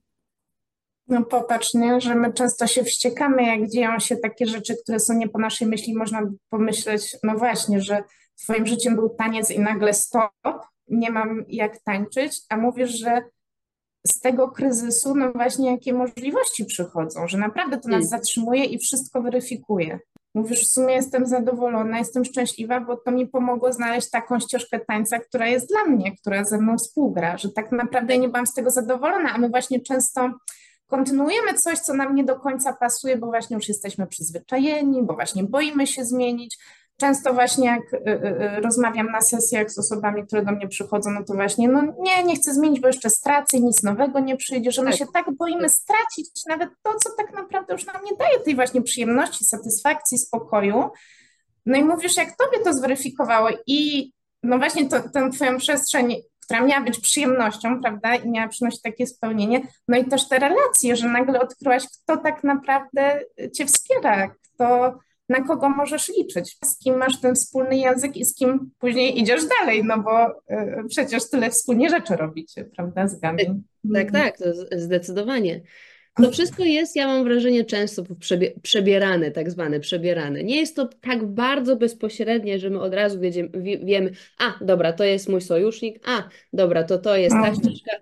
No popatrz, nie? Że my często się wściekamy, jak dzieją się takie rzeczy, które są nie po naszej myśli. Można by pomyśleć, no właśnie, że twoim życiem był taniec i nagle stop, nie mam jak tańczyć, a mówisz, że z tego kryzysu, no właśnie jakie możliwości przychodzą, że naprawdę to nas Hmm. zatrzymuje i wszystko weryfikuje. Mówisz, w sumie jestem zadowolona, jestem szczęśliwa, bo to mi pomogło znaleźć taką ścieżkę tańca, która jest dla mnie, która ze mną współgra, że tak naprawdę nie byłam z tego zadowolona, a my właśnie często kontynuujemy coś, co nam nie do końca pasuje, bo właśnie już jesteśmy przyzwyczajeni, bo właśnie boimy się zmienić. Często właśnie jak y, y, rozmawiam na sesjach z osobami, które do mnie przychodzą, no to właśnie, no nie, nie chcę zmienić, bo jeszcze stracę i nic nowego nie przyjdzie, że my Tak. się tak boimy stracić nawet to, co tak naprawdę już nam nie daje tej właśnie przyjemności, satysfakcji, spokoju. No i mówisz, jak tobie to zweryfikowało i no właśnie to, tę twoją przestrzeń, która miała być przyjemnością, prawda, i miała przynosić takie spełnienie, no i też te relacje, że nagle odkryłaś, kto tak naprawdę cię wspiera, kto, na kogo możesz liczyć, z kim masz ten wspólny język i z kim później idziesz dalej, no bo y, przecież tyle wspólnie rzeczy robicie, prawda, z Gabi. Tak, tak, to z- zdecydowanie. To wszystko jest, ja mam wrażenie, często przebie przebierane, tak zwane przebierane. Nie jest to tak bardzo bezpośrednie, że my od razu wiedziemy, wie, wiemy, a dobra, to jest mój sojusznik, a dobra, to to jest ta Mhm. ścieżka.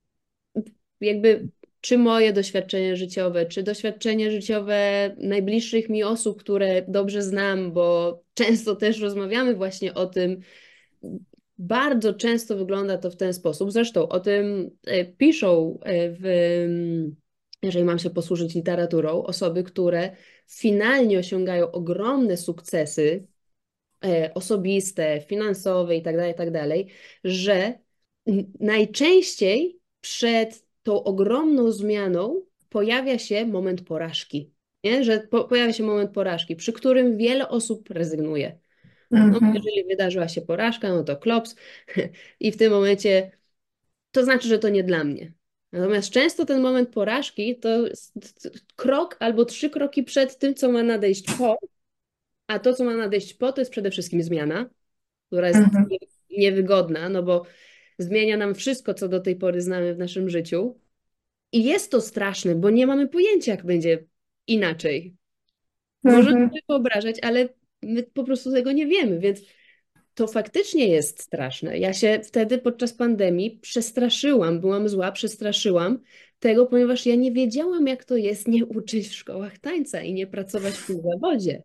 Jakby czy moje doświadczenie życiowe, czy doświadczenie życiowe najbliższych mi osób, które dobrze znam, bo często też rozmawiamy właśnie o tym. Bardzo często wygląda to w ten sposób. Zresztą o tym e, piszą, e, w, jeżeli mam się posłużyć literaturą, osoby, które finalnie osiągają ogromne sukcesy e, osobiste, finansowe itd., itd., że n- najczęściej przed tą ogromną zmianą pojawia się moment porażki. Nie? Że po, pojawia się moment porażki, przy którym wiele osób rezygnuje. No, Mhm. jeżeli wydarzyła się porażka, no to klops i w tym momencie to znaczy, że to nie dla mnie. Natomiast często ten moment porażki to jest krok albo trzy kroki przed tym, co ma nadejść po, a to, co ma nadejść po, to jest przede wszystkim zmiana, która jest Mhm. nie- niewygodna, no bo zmienia nam wszystko, co do tej pory znamy w naszym życiu. I jest to straszne, bo nie mamy pojęcia, jak będzie inaczej. Możemy Mhm. sobie wyobrażać, ale my po prostu tego nie wiemy, więc to faktycznie jest straszne. Ja się wtedy podczas pandemii przestraszyłam, byłam zła, przestraszyłam tego, ponieważ ja nie wiedziałam, jak to jest nie uczyć w szkołach tańca i nie pracować w tym zawodzie.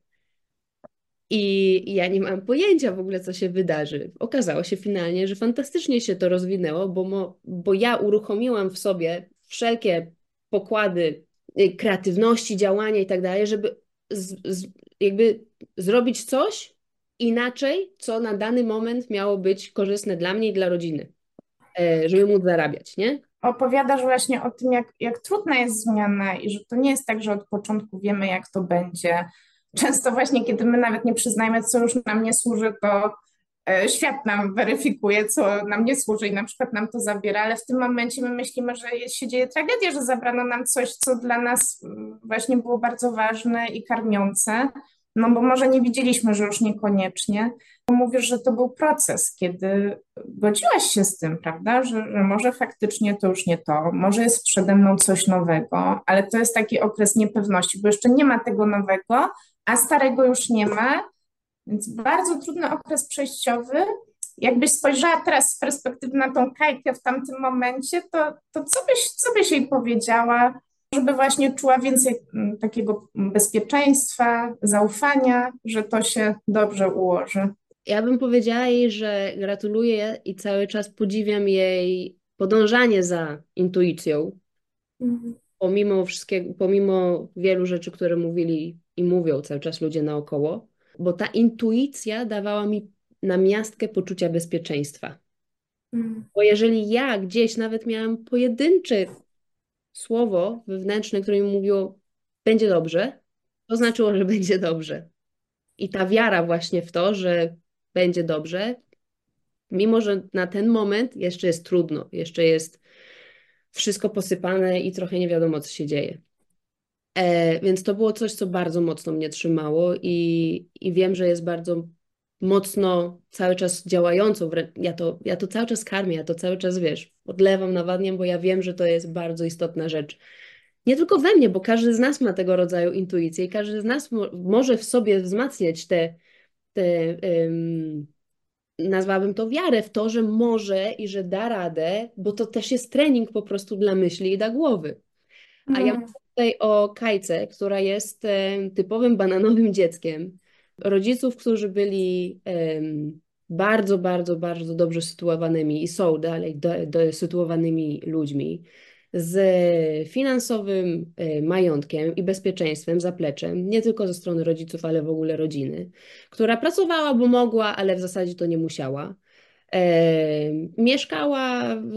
I ja nie mam pojęcia w ogóle, co się wydarzy. Okazało się finalnie, że fantastycznie się to rozwinęło, bo, mo, bo ja uruchomiłam w sobie wszelkie pokłady y, kreatywności, działania i tak dalej, żeby z, z, jakby zrobić coś inaczej, co na dany moment miało być korzystne dla mnie i dla rodziny, e, żeby móc zarabiać, nie? Opowiadasz właśnie o tym, jak, jak trudna jest zmiana i że to nie jest tak, że od początku wiemy, jak to będzie. Często właśnie, kiedy my nawet nie przyznajemy, co już nam nie służy, to e, świat nam weryfikuje, co nam nie służy i na przykład nam to zabiera, ale w tym momencie my myślimy, że jest, się dzieje tragedia, że zabrano nam coś, co dla nas mm, właśnie było bardzo ważne i karmiące, no bo może nie widzieliśmy, że już niekoniecznie. Mówisz, że to był proces, kiedy godziłaś się z tym, prawda, że, że może faktycznie to już nie to, może jest przede mną coś nowego, ale to jest taki okres niepewności, bo jeszcze nie ma tego nowego, a starego już nie ma, więc bardzo trudny okres przejściowy jakbyś spojrzała teraz z perspektywy na tą Kajkę w tamtym momencie, to, to co byś, co byś jej powiedziała, żeby właśnie czuła więcej mm, takiego bezpieczeństwa, zaufania, że to się dobrze ułoży? Ja bym powiedziała jej, że gratuluję i cały czas podziwiam jej podążanie za intuicją, Mhm. pomimo wszystkiego, pomimo wielu rzeczy, które mówili i mówią cały czas ludzie naokoło, bo ta intuicja dawała mi namiastkę poczucia bezpieczeństwa. Mhm. Bo jeżeli ja gdzieś nawet miałam pojedyncze słowo wewnętrzne, które mi mówiło, będzie dobrze, to znaczyło, że będzie dobrze. I ta wiara właśnie w to, że będzie dobrze, mimo że na ten moment jeszcze jest trudno, jeszcze jest wszystko posypane i trochę nie wiadomo, co się dzieje. E, więc to było coś, co bardzo mocno mnie trzymało i, i wiem, że jest bardzo mocno cały czas działającą. wrę- Ja to, ja to cały czas karmię, ja to cały czas, wiesz, odlewam, nawadniam, bo ja wiem, że to jest bardzo istotna rzecz. Nie tylko we mnie, bo każdy z nas ma tego rodzaju intuicję i każdy z nas mo może w sobie wzmacniać te, te ym, nazwałabym to wiarę w to, że może i że da radę, bo to też jest trening po prostu dla myśli i dla głowy. A ja Mhm. mówię tutaj o Kajce, która jest e, typowym bananowym dzieckiem. Rodziców, którzy byli em, bardzo, bardzo, bardzo dobrze sytuowanymi i są dalej do, do, sytuowanymi ludźmi z finansowym e, majątkiem i bezpieczeństwem, zapleczem, nie tylko ze strony rodziców, ale w ogóle rodziny, która pracowała, bo mogła, ale w zasadzie to nie musiała. E, mieszkała w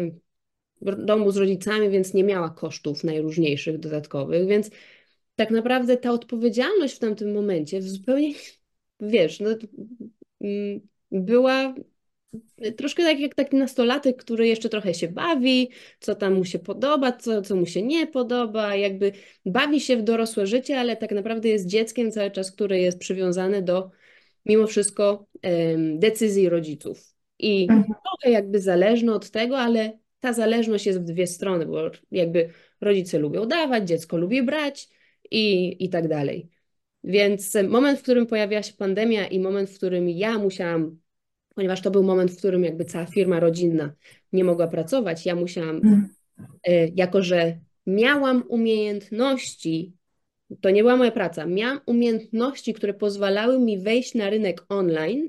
w domu z rodzicami, więc nie miała kosztów najróżniejszych dodatkowych, więc tak naprawdę ta odpowiedzialność w tamtym momencie w zupełnie, wiesz, no, mm, była troszkę tak jak taki nastolatek, który jeszcze trochę się bawi, co tam mu się podoba, co, co mu się nie podoba, jakby bawi się w dorosłe życie, ale tak naprawdę jest dzieckiem cały czas, które jest przywiązane do mimo wszystko em, decyzji rodziców. I Mhm. trochę jakby zależne od tego, ale ta zależność jest w dwie strony, bo jakby rodzice lubią dawać, dziecko lubi brać i, i tak dalej. Więc moment, w którym pojawiła się pandemia i moment, w którym ja musiałam, ponieważ to był moment, w którym jakby cała firma rodzinna nie mogła pracować, ja musiałam, Mhm. e, jako że miałam umiejętności, to nie była moja praca, miałam umiejętności, które pozwalały mi wejść na rynek online,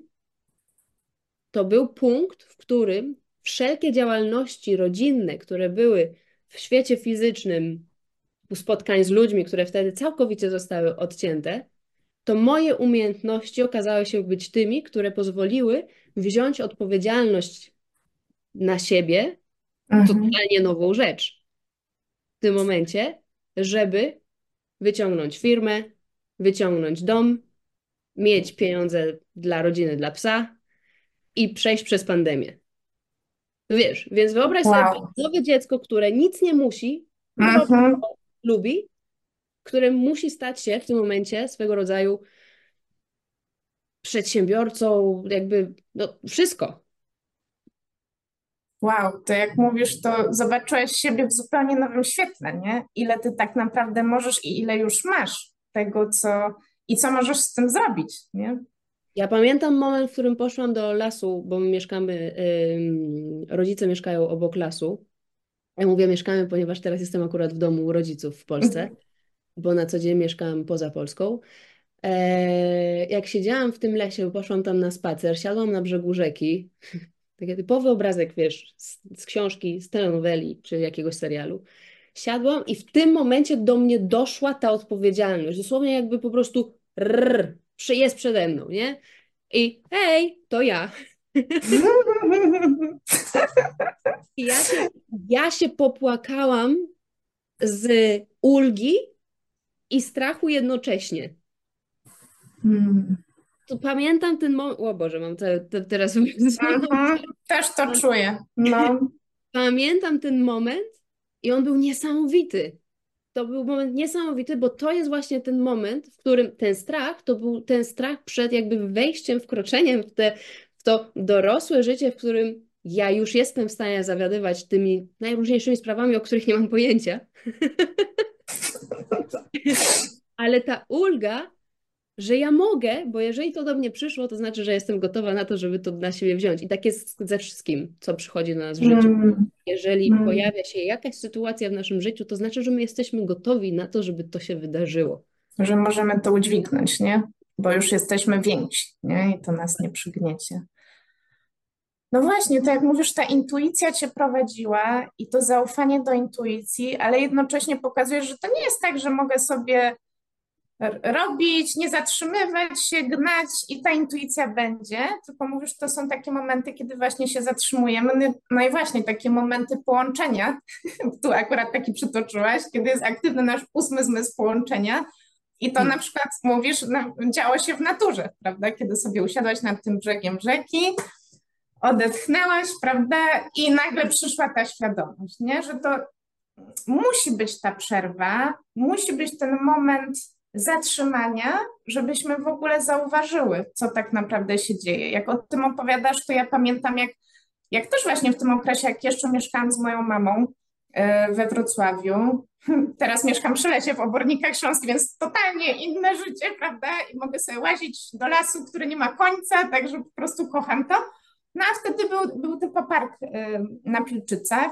to był punkt, w którym wszelkie działalności rodzinne, które były w świecie fizycznym, spotkań z ludźmi, które wtedy całkowicie zostały odcięte, to moje umiejętności okazały się być tymi, które pozwoliły wziąć odpowiedzialność na siebie, Mhm. totalnie nową rzecz w tym momencie, żeby wyciągnąć firmę, wyciągnąć dom, mieć pieniądze dla rodziny, dla psa i przejść przez pandemię. Wiesz, więc wyobraź sobie Wow. nowe dziecko, które nic nie musi, bo robi, Mhm. co lubi, które musi stać się w tym momencie swego rodzaju przedsiębiorcą, jakby no, wszystko. Wow, to jak mówisz, to zobaczyłeś siebie w zupełnie nowym świetle, nie? Ile ty tak naprawdę możesz i ile już masz tego, co i co możesz z tym zrobić, nie? Ja pamiętam moment, w którym poszłam do lasu, bo my mieszkamy, ym, rodzice mieszkają obok lasu. Ja mówię mieszkamy, ponieważ teraz jestem akurat w domu u rodziców w Polsce, Mhm. bo na co dzień mieszkam poza Polską. E, jak siedziałam w tym lesie, poszłam tam na spacer, siadłam na brzegu rzeki, taki typowy obrazek, wiesz, z, z książki, z telenoweli czy jakiegoś serialu. Siadłam i w tym momencie do mnie doszła ta odpowiedzialność. Dosłownie jakby po prostu rrr, przy- jest przede mną, nie? I hej, to ja. I ja się, ja się popłakałam z ulgi i strachu jednocześnie. Mm. To pamiętam ten moment, o Boże, mam te, te, teraz Mhm. Też to czuję. No. pamiętam ten moment i on był niesamowity. To był moment niesamowity, bo to jest właśnie ten moment, w którym ten strach, to był ten strach przed jakby wejściem, wkroczeniem w, te, w to dorosłe życie, w którym ja już jestem w stanie zawiadywać tymi najróżniejszymi sprawami, o których nie mam pojęcia. Ale ta ulga że ja mogę, bo jeżeli to do mnie przyszło, to znaczy, że jestem gotowa na to, żeby to na siebie wziąć. I tak jest ze wszystkim, co przychodzi do nas w życiu. Mm, Jeżeli mm. pojawia się jakaś sytuacja w naszym życiu, to znaczy, że my jesteśmy gotowi na to, żeby to się wydarzyło. Że możemy to udźwignąć, nie? Bo już jesteśmy więksi, nie? I to nas nie przygniecie. No właśnie, to jak mówisz, ta intuicja cię prowadziła i to zaufanie do intuicji, ale jednocześnie pokazujesz, że to nie jest tak, że mogę sobie r- robić, nie zatrzymywać się, gnać i ta intuicja będzie, tylko mówisz, to są takie momenty, kiedy właśnie się zatrzymujemy. No no i właśnie takie momenty połączenia, tu akurat taki przytoczyłaś, kiedy jest aktywny nasz ósmy zmysł połączenia i to na przykład mówisz, no, działo się w naturze, prawda, kiedy sobie usiadłaś nad tym brzegiem rzeki, odetchnęłaś, prawda, i nagle przyszła ta świadomość, nie, że to musi być ta przerwa, musi być ten moment zatrzymania, żebyśmy w ogóle zauważyły, co tak naprawdę się dzieje. Jak o tym opowiadasz, to ja pamiętam, jak, jak też właśnie w tym okresie, jak jeszcze mieszkałam z moją mamą e, we Wrocławiu, teraz mieszkam przy lesie w Obornikach Śląskich, więc totalnie inne życie, prawda, i mogę sobie łazić do lasu, który nie ma końca, także po prostu kocham to. No a wtedy był, był tylko park y, na Pilczycach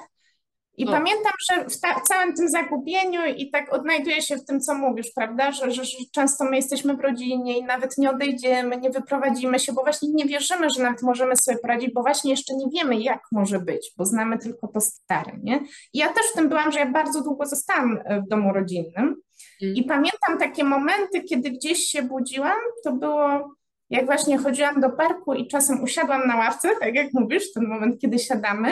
i O. pamiętam, że w, ta, w całym tym zagubieniu i tak odnajduję się w tym, co mówisz, prawda, że, że, że często my jesteśmy w rodzinie i nawet nie odejdziemy, nie wyprowadzimy się, bo właśnie nie wierzymy, że nawet możemy sobie poradzić, bo właśnie jeszcze nie wiemy, jak może być, bo znamy tylko to stare, nie? I ja też w tym byłam, że ja bardzo długo zostałam w domu rodzinnym Mm. i pamiętam takie momenty, kiedy gdzieś się budziłam, to było jak właśnie chodziłam do parku i czasem usiadłam na ławce, tak jak mówisz, ten moment, kiedy siadamy,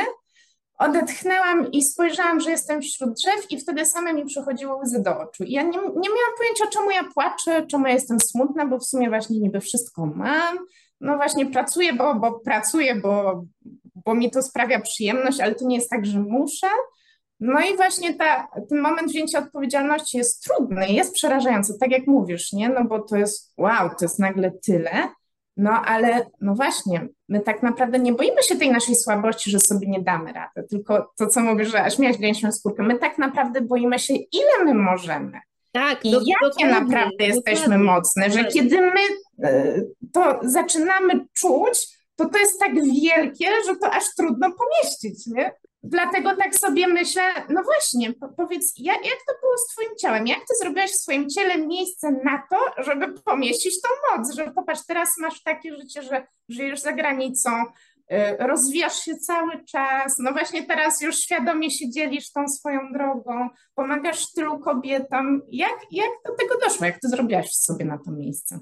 odetchnęłam i spojrzałam, że jestem wśród drzew i wtedy same mi przychodziły łzy do oczu. I ja nie, nie miałam pojęcia, czemu ja płaczę, czemu ja jestem smutna, bo w sumie właśnie niby wszystko mam. No właśnie pracuję, bo, bo pracuję, bo, bo mi to sprawia przyjemność, ale to nie jest tak, że muszę. No i właśnie ta, ten moment wzięcia odpowiedzialności jest trudny, jest przerażający, tak jak mówisz, nie? No bo to jest, wow, to jest nagle tyle, no ale no właśnie, my tak naprawdę nie boimy się tej naszej słabości, że sobie nie damy rady, tylko to, co mówisz, że aż miałeś gęsią skórkę, my tak naprawdę boimy się, ile my możemy Tak, i do, jakie dokładnie, naprawdę jesteśmy dokładnie. mocne, że kiedy my y, to zaczynamy czuć, to to jest tak wielkie, że to aż trudno pomieścić, nie? Dlatego tak sobie myślę, no właśnie, po, powiedz, jak, jak to było z twoim ciałem? Jak ty zrobiłaś w swoim ciele miejsce na to, żeby pomieścić tą moc? Że popatrz, teraz masz takie życie, że żyjesz za granicą, y, rozwijasz się cały czas, no właśnie teraz już świadomie się dzielisz tą swoją drogą, pomagasz tylu kobietom. Jak, jak do tego doszło? Jak ty zrobiłaś sobie na to miejsce?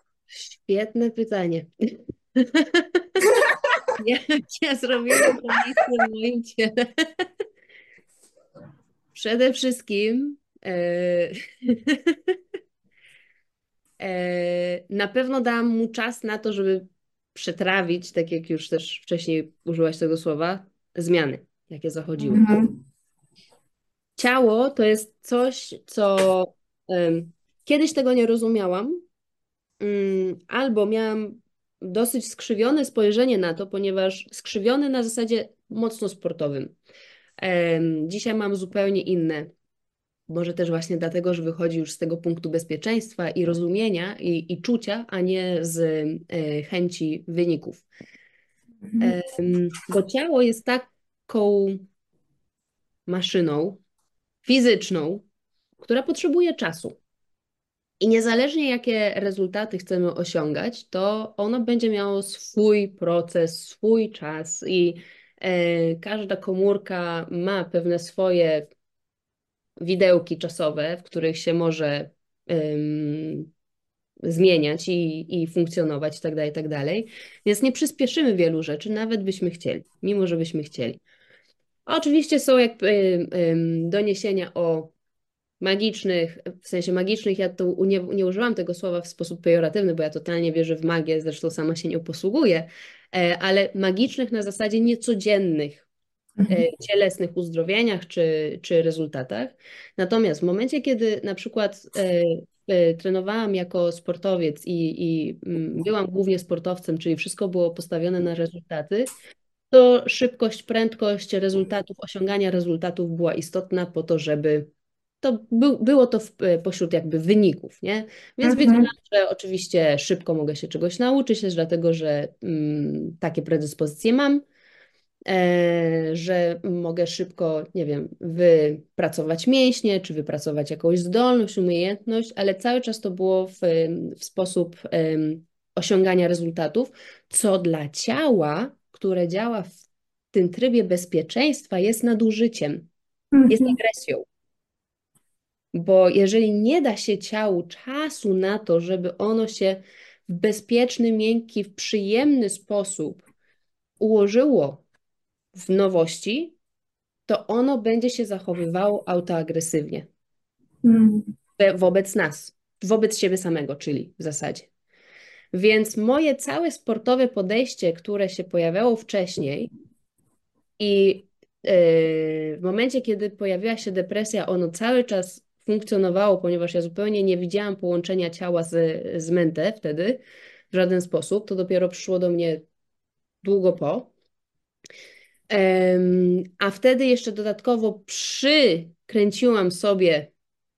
Świetne pytanie. Jak ja zrobiłam to miejsce w moim ciele? Przede wszystkim e, e, na pewno dałam mu czas na to, żeby przetrawić, tak jak już też wcześniej użyłaś tego słowa, zmiany, jakie zachodziły. Mhm. Ciało to jest coś, co em, kiedyś tego nie rozumiałam, mm, albo miałam dosyć skrzywione spojrzenie na to, ponieważ skrzywione na zasadzie mocno sportowym. Em, dzisiaj mam zupełnie inne. Może też właśnie dlatego, że wychodzi już z tego punktu bezpieczeństwa i rozumienia i, i czucia, a nie z e, chęci wyników. Mhm. Em, bo ciało jest taką maszyną fizyczną, która potrzebuje czasu. I niezależnie jakie rezultaty chcemy osiągać, to ono będzie miało swój proces, swój czas i e, każda komórka ma pewne swoje widełki czasowe, w których się może em, zmieniać i, i funkcjonować i tak dalej, i tak dalej. Więc nie przyspieszymy wielu rzeczy, nawet byśmy chcieli, mimo że byśmy chcieli. Oczywiście są jak, em, em, doniesienia o magicznych, w sensie magicznych, ja tu nie, nie użyłam tego słowa w sposób pejoratywny, bo ja totalnie wierzę w magię, zresztą sama się nią posługuję, e, ale magicznych na zasadzie niecodziennych, Mhm. e, cielesnych uzdrowieniach czy, czy rezultatach. Natomiast w momencie, kiedy na przykład e, e, trenowałam jako sportowiec i, i mm, byłam głównie sportowcem, czyli wszystko było postawione na rezultaty, to szybkość, prędkość rezultatów, osiągania rezultatów była istotna po to, żeby to był, było to w, pośród jakby wyników, nie? Więc Mhm. wiedziałam, że oczywiście szybko mogę się czegoś nauczyć, też dlatego, że mm, takie predyspozycje mam, e, że mogę szybko, nie wiem, wypracować mięśnie, czy wypracować jakąś zdolność, umiejętność, ale cały czas to było w, w sposób em, osiągania rezultatów, co dla ciała, które działa w tym trybie bezpieczeństwa, jest nadużyciem, jest Mhm. agresją. Bo jeżeli nie da się ciału czasu na to, żeby ono się w bezpieczny, miękki, w przyjemny sposób ułożyło w nowości, to ono będzie się zachowywało autoagresywnie Mhm. we- wobec nas, wobec siebie samego, czyli w zasadzie. Więc moje całe sportowe podejście, które się pojawiało wcześniej i yy, w momencie, kiedy pojawiła się depresja, ono cały czas funkcjonowało, ponieważ ja zupełnie nie widziałam połączenia ciała z, z mente wtedy w żaden sposób. To dopiero przyszło do mnie długo po. Em, a wtedy jeszcze dodatkowo przykręciłam sobie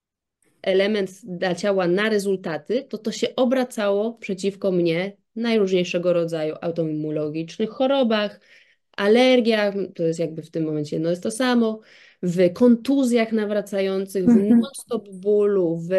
element dla ciała na rezultaty, to to się obracało przeciwko mnie najróżniejszego rodzaju autoimmunologicznych chorobach, alergiach, to jest jakby w tym momencie no jest to samo, w kontuzjach nawracających, w Mhm. non-stop bólu, w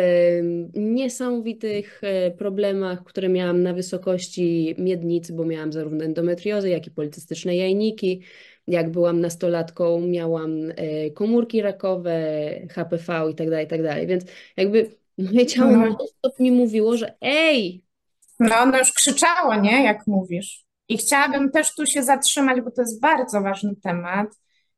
niesamowitych e, problemach, które miałam na wysokości miednicy, bo miałam zarówno endometriozę, jak i policystyczne jajniki. Jak byłam nastolatką, miałam e, komórki rakowe, H P V i tak dalej, i tak dalej. Więc jakby moje ciało No, non-stop mi mówiło, że ej, no ono już krzyczało, nie? Jak mówisz. I chciałabym też tu się zatrzymać, bo to jest bardzo ważny temat.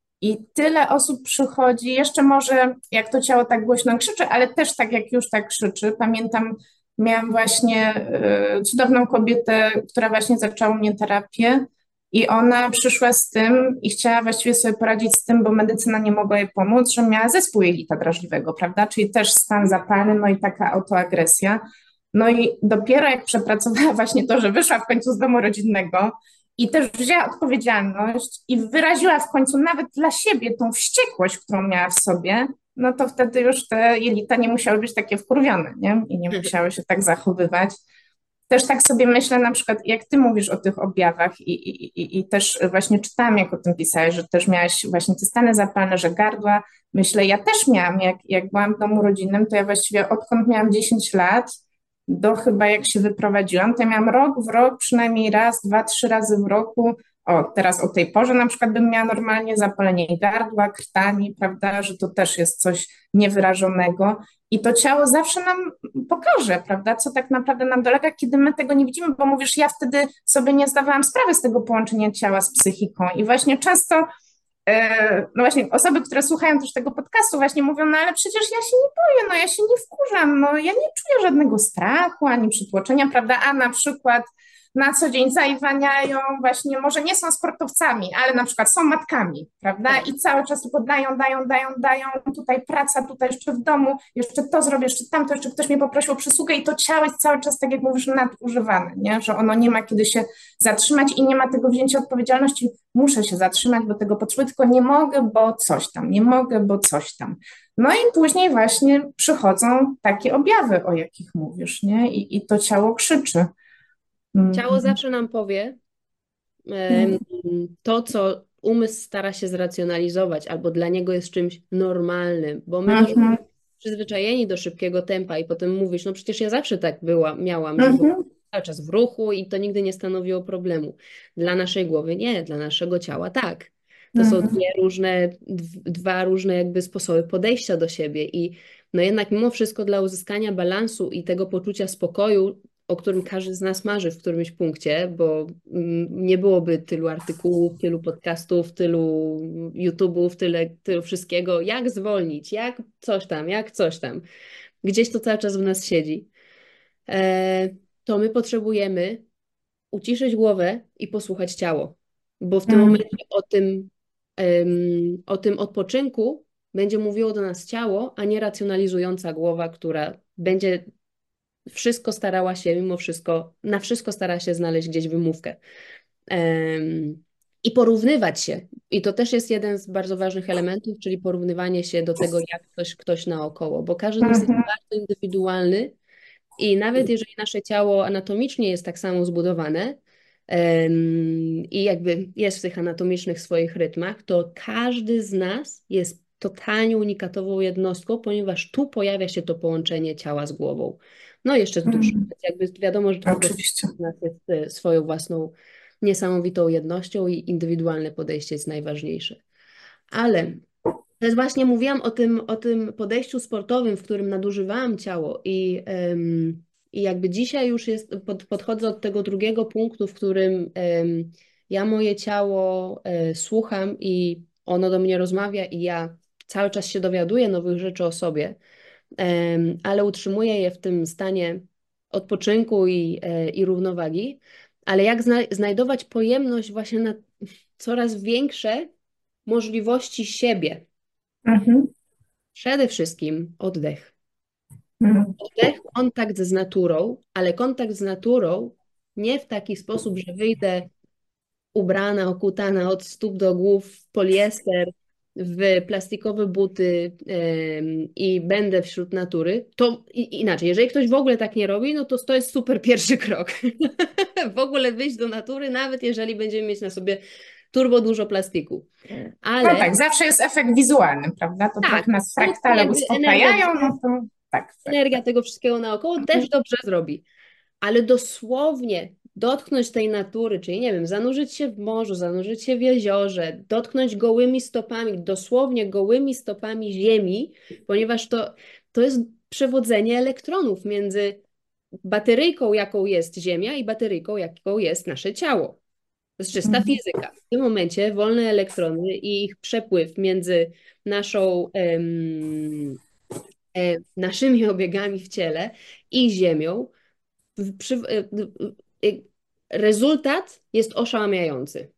I tyle osób przychodzi, jeszcze może jak to ciało tak głośno krzyczy, ale też tak jak już tak krzyczy. Pamiętam, miałam właśnie y, cudowną kobietę, która właśnie zaczęła u mnie terapię i ona przyszła z tym i chciała właściwie sobie poradzić z tym, bo medycyna nie mogła jej pomóc, że miała zespół jelita drażliwego, prawda? Czyli też stan zapalny, no i taka autoagresja. No i dopiero jak przepracowała właśnie to, że wyszła w końcu z domu rodzinnego, i też wzięła odpowiedzialność i wyraziła w końcu nawet dla siebie tą wściekłość, którą miała w sobie, no to wtedy już te jelita nie musiały być takie wkurwione, nie? I nie musiały się tak zachowywać. Też tak sobie myślę, na przykład, jak ty mówisz o tych objawach i, i, i, i też właśnie czytałam, jak o tym pisałeś, że też miałaś właśnie te stany zapalne, że gardła. Myślę, ja też miałam, jak, jak byłam w domu rodzinnym, to ja właściwie odkąd miałam dziesięć lat, do chyba jak się wyprowadziłam, to ja miałam rok w rok, przynajmniej raz, dwa, trzy razy w roku. O, teraz o tej porze na przykład bym miała normalnie zapalenie gardła, krtani, prawda, że to też jest coś niewyrażonego. I to ciało zawsze nam pokaże, prawda, co tak naprawdę nam dolega, kiedy my tego nie widzimy, bo mówisz, ja wtedy sobie nie zdawałam sprawy z tego połączenia ciała z psychiką. I właśnie często E, no właśnie osoby, które słuchają też tego podcastu właśnie mówią, no ale przecież ja się nie boję, no ja się nie wkurzam, no ja nie czuję żadnego strachu ani przytłoczenia, prawda, a na przykład na co dzień zaiwaniają właśnie, może nie są sportowcami, ale na przykład są matkami, prawda, tak. i cały czas tylko dają, dają, dają, dają, tutaj praca, tutaj jeszcze w domu, jeszcze to zrobię, jeszcze tamto, jeszcze ktoś mnie poprosił o przysługę i to ciało jest cały czas, tak jak mówisz, nadużywane, nie, że ono nie ma kiedy się zatrzymać i nie ma tego wzięcia odpowiedzialności, muszę się zatrzymać, bo tego potrzebuję, tylko nie mogę, bo coś tam, nie mogę, bo coś tam. No i później właśnie przychodzą takie objawy, o jakich mówisz, nie? I, i to ciało krzyczy. Ciało Mhm. zawsze nam powie em, to, co umysł stara się zracjonalizować, albo dla niego jest czymś normalnym, bo my też Mhm. przyzwyczajeni do szybkiego tempa i potem mówisz, no przecież ja zawsze tak była, miałam, że byłam Mhm. cały czas w ruchu i to nigdy nie stanowiło problemu. Dla naszej głowy nie, dla naszego ciała tak. To są Mhm. dwie różne, dw- dwa różne jakby sposoby podejścia do siebie i no jednak mimo wszystko dla uzyskania balansu i tego poczucia spokoju, o którym każdy z nas marzy w którymś punkcie, bo mm, nie byłoby tylu artykułów, tylu podcastów, tylu YouTube'ów, tyle, tylu wszystkiego, jak zwolnić, jak coś tam, jak coś tam. Gdzieś to cały czas w nas siedzi. E, to my potrzebujemy uciszyć głowę i posłuchać ciało, bo w tym Mhm. momencie o tym, em, o tym odpoczynku będzie mówiło do nas ciało, a nie racjonalizująca głowa, która będzie wszystko starała się, mimo wszystko, na wszystko stara się znaleźć gdzieś wymówkę. Em, i porównywać się. I to też jest jeden z bardzo ważnych elementów, czyli porównywanie się do tego, jak ktoś, ktoś naokoło, bo każdy z nas jest Mhm. bardzo indywidualny i nawet jeżeli nasze ciało anatomicznie jest tak samo zbudowane em, i jakby jest w tych anatomicznych swoich rytmach, to każdy z nas jest totalnie unikatową jednostką, ponieważ tu pojawia się to połączenie ciała z głową. No i jeszcze z duszą. Mhm. Więc jakby wiadomo, że każdy Oczywiście. z nas jest e, swoją własną niesamowitą jednością i indywidualne podejście jest najważniejsze. Ale to jest właśnie mówiłam o tym, o tym podejściu sportowym, w którym nadużywałam ciało i, em, i jakby dzisiaj już jest, pod, podchodzę od tego drugiego punktu, w którym em, ja moje ciało e, słucham i ono do mnie rozmawia i ja cały czas się dowiaduję nowych rzeczy o sobie, em, ale utrzymuję je w tym stanie odpoczynku i, e, i równowagi. Ale jak zna znajdować pojemność właśnie na coraz większe możliwości siebie. Mhm. Przede wszystkim oddech. Mhm. Oddech, kontakt z naturą, ale kontakt z naturą nie w taki sposób, że wyjdę ubrana, okutana od stóp do głów w poliester, w plastikowe buty em, i będę wśród natury. To i, inaczej, jeżeli ktoś w ogóle tak nie robi, no to to jest super pierwszy krok. W ogóle wyjść do natury, nawet jeżeli będziemy mieć na sobie turbo dużo plastiku. No Ale tak, zawsze jest efekt wizualny, prawda? To tak, trochę nas ale fraktale jakby energia uspokajają, no to tak, tak, energia tak. tego wszystkiego naokoło Mhm. też dobrze zrobi. Ale dosłownie dotknąć tej natury, czyli nie wiem, zanurzyć się w morzu, zanurzyć się w jeziorze, dotknąć gołymi stopami, dosłownie gołymi stopami ziemi, ponieważ to, to jest przewodzenie elektronów między bateryjką, jaką jest Ziemia, i bateryjką, jaką jest nasze ciało. To jest czysta Mhm. fizyka. W tym momencie wolne elektrony i ich przepływ między naszą em, e, naszymi obiegami w ciele i Ziemią, w- przy, e, e, rezultat jest oszałamiający.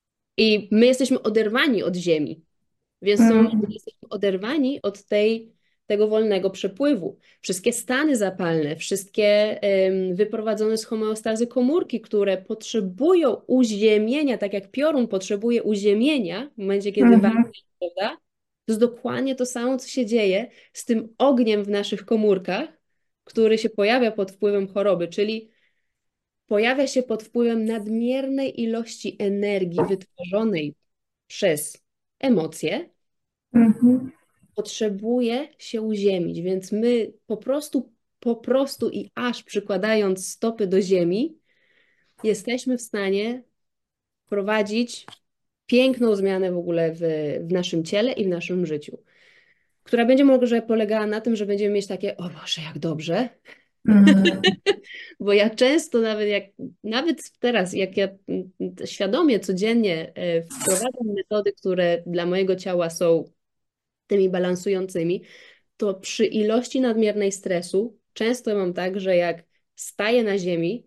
I my jesteśmy oderwani od Ziemi, więc w tym momencie Mhm. jesteśmy oderwani od tej, tego wolnego przepływu. Wszystkie stany zapalne, wszystkie em, wyprowadzone z homeostazy komórki, które potrzebują uziemienia, tak jak piorun potrzebuje uziemienia w momencie, kiedy walczy, Mhm. prawda? To jest dokładnie to samo, co się dzieje z tym ogniem w naszych komórkach, który się pojawia pod wpływem choroby, czyli pojawia się pod wpływem nadmiernej ilości energii wytworzonej przez emocje, Mhm. potrzebuje się uziemić, więc my po prostu, po prostu i aż przykładając stopy do ziemi, jesteśmy w stanie prowadzić piękną zmianę w ogóle w, w naszym ciele i w naszym życiu, która będzie może polegała na tym, że będziemy mieć takie, o Boże, jak dobrze, Mhm. bo ja często nawet jak, nawet teraz, jak ja mm, świadomie, codziennie e, wprowadzam metody, które dla mojego ciała są tymi balansującymi, to przy ilości nadmiernej stresu często mam tak, że jak staję na ziemi,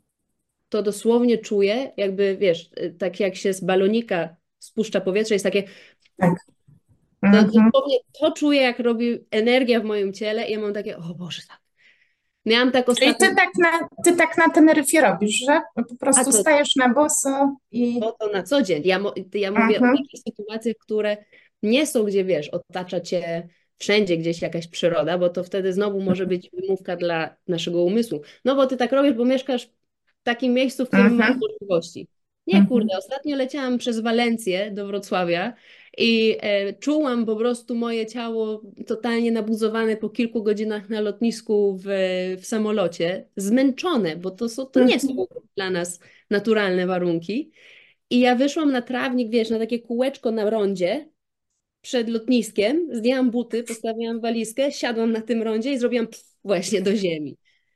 to dosłownie czuję, jakby wiesz, e, tak jak się z balonika spuszcza powietrze, jest takie, Tak. to Mhm. dosłownie to czuję, jak robi energia w moim ciele i ja mam takie, o Boże, tak. Miałam tak Czyli ostatnio, ty tak na, ty tak na Teneryfie robisz, że po a prostu to stajesz na boso i... to, to na co dzień. Ja, mo- ja mówię o Mhm. takich sytuacjach, które nie są, gdzie wiesz, otacza cię wszędzie gdzieś jakaś przyroda, bo to wtedy znowu może być wymówka dla naszego umysłu. No bo ty tak robisz, bo mieszkasz w takim miejscu, w którym masz Mhm. możliwości. Nie, Mhm. kurde, ostatnio leciałam przez Walencję do Wrocławia i e, czułam po prostu moje ciało totalnie nabuzowane po kilku godzinach na lotnisku w, w samolocie, zmęczone, bo to, są, to nie są Mhm. dla nas naturalne warunki. I ja wyszłam na trawnik, wiesz, na takie kółeczko na rondzie przed lotniskiem, zdjęłam buty, postawiłam walizkę, siadłam na tym rondzie i zrobiłam pff, właśnie do ziemi.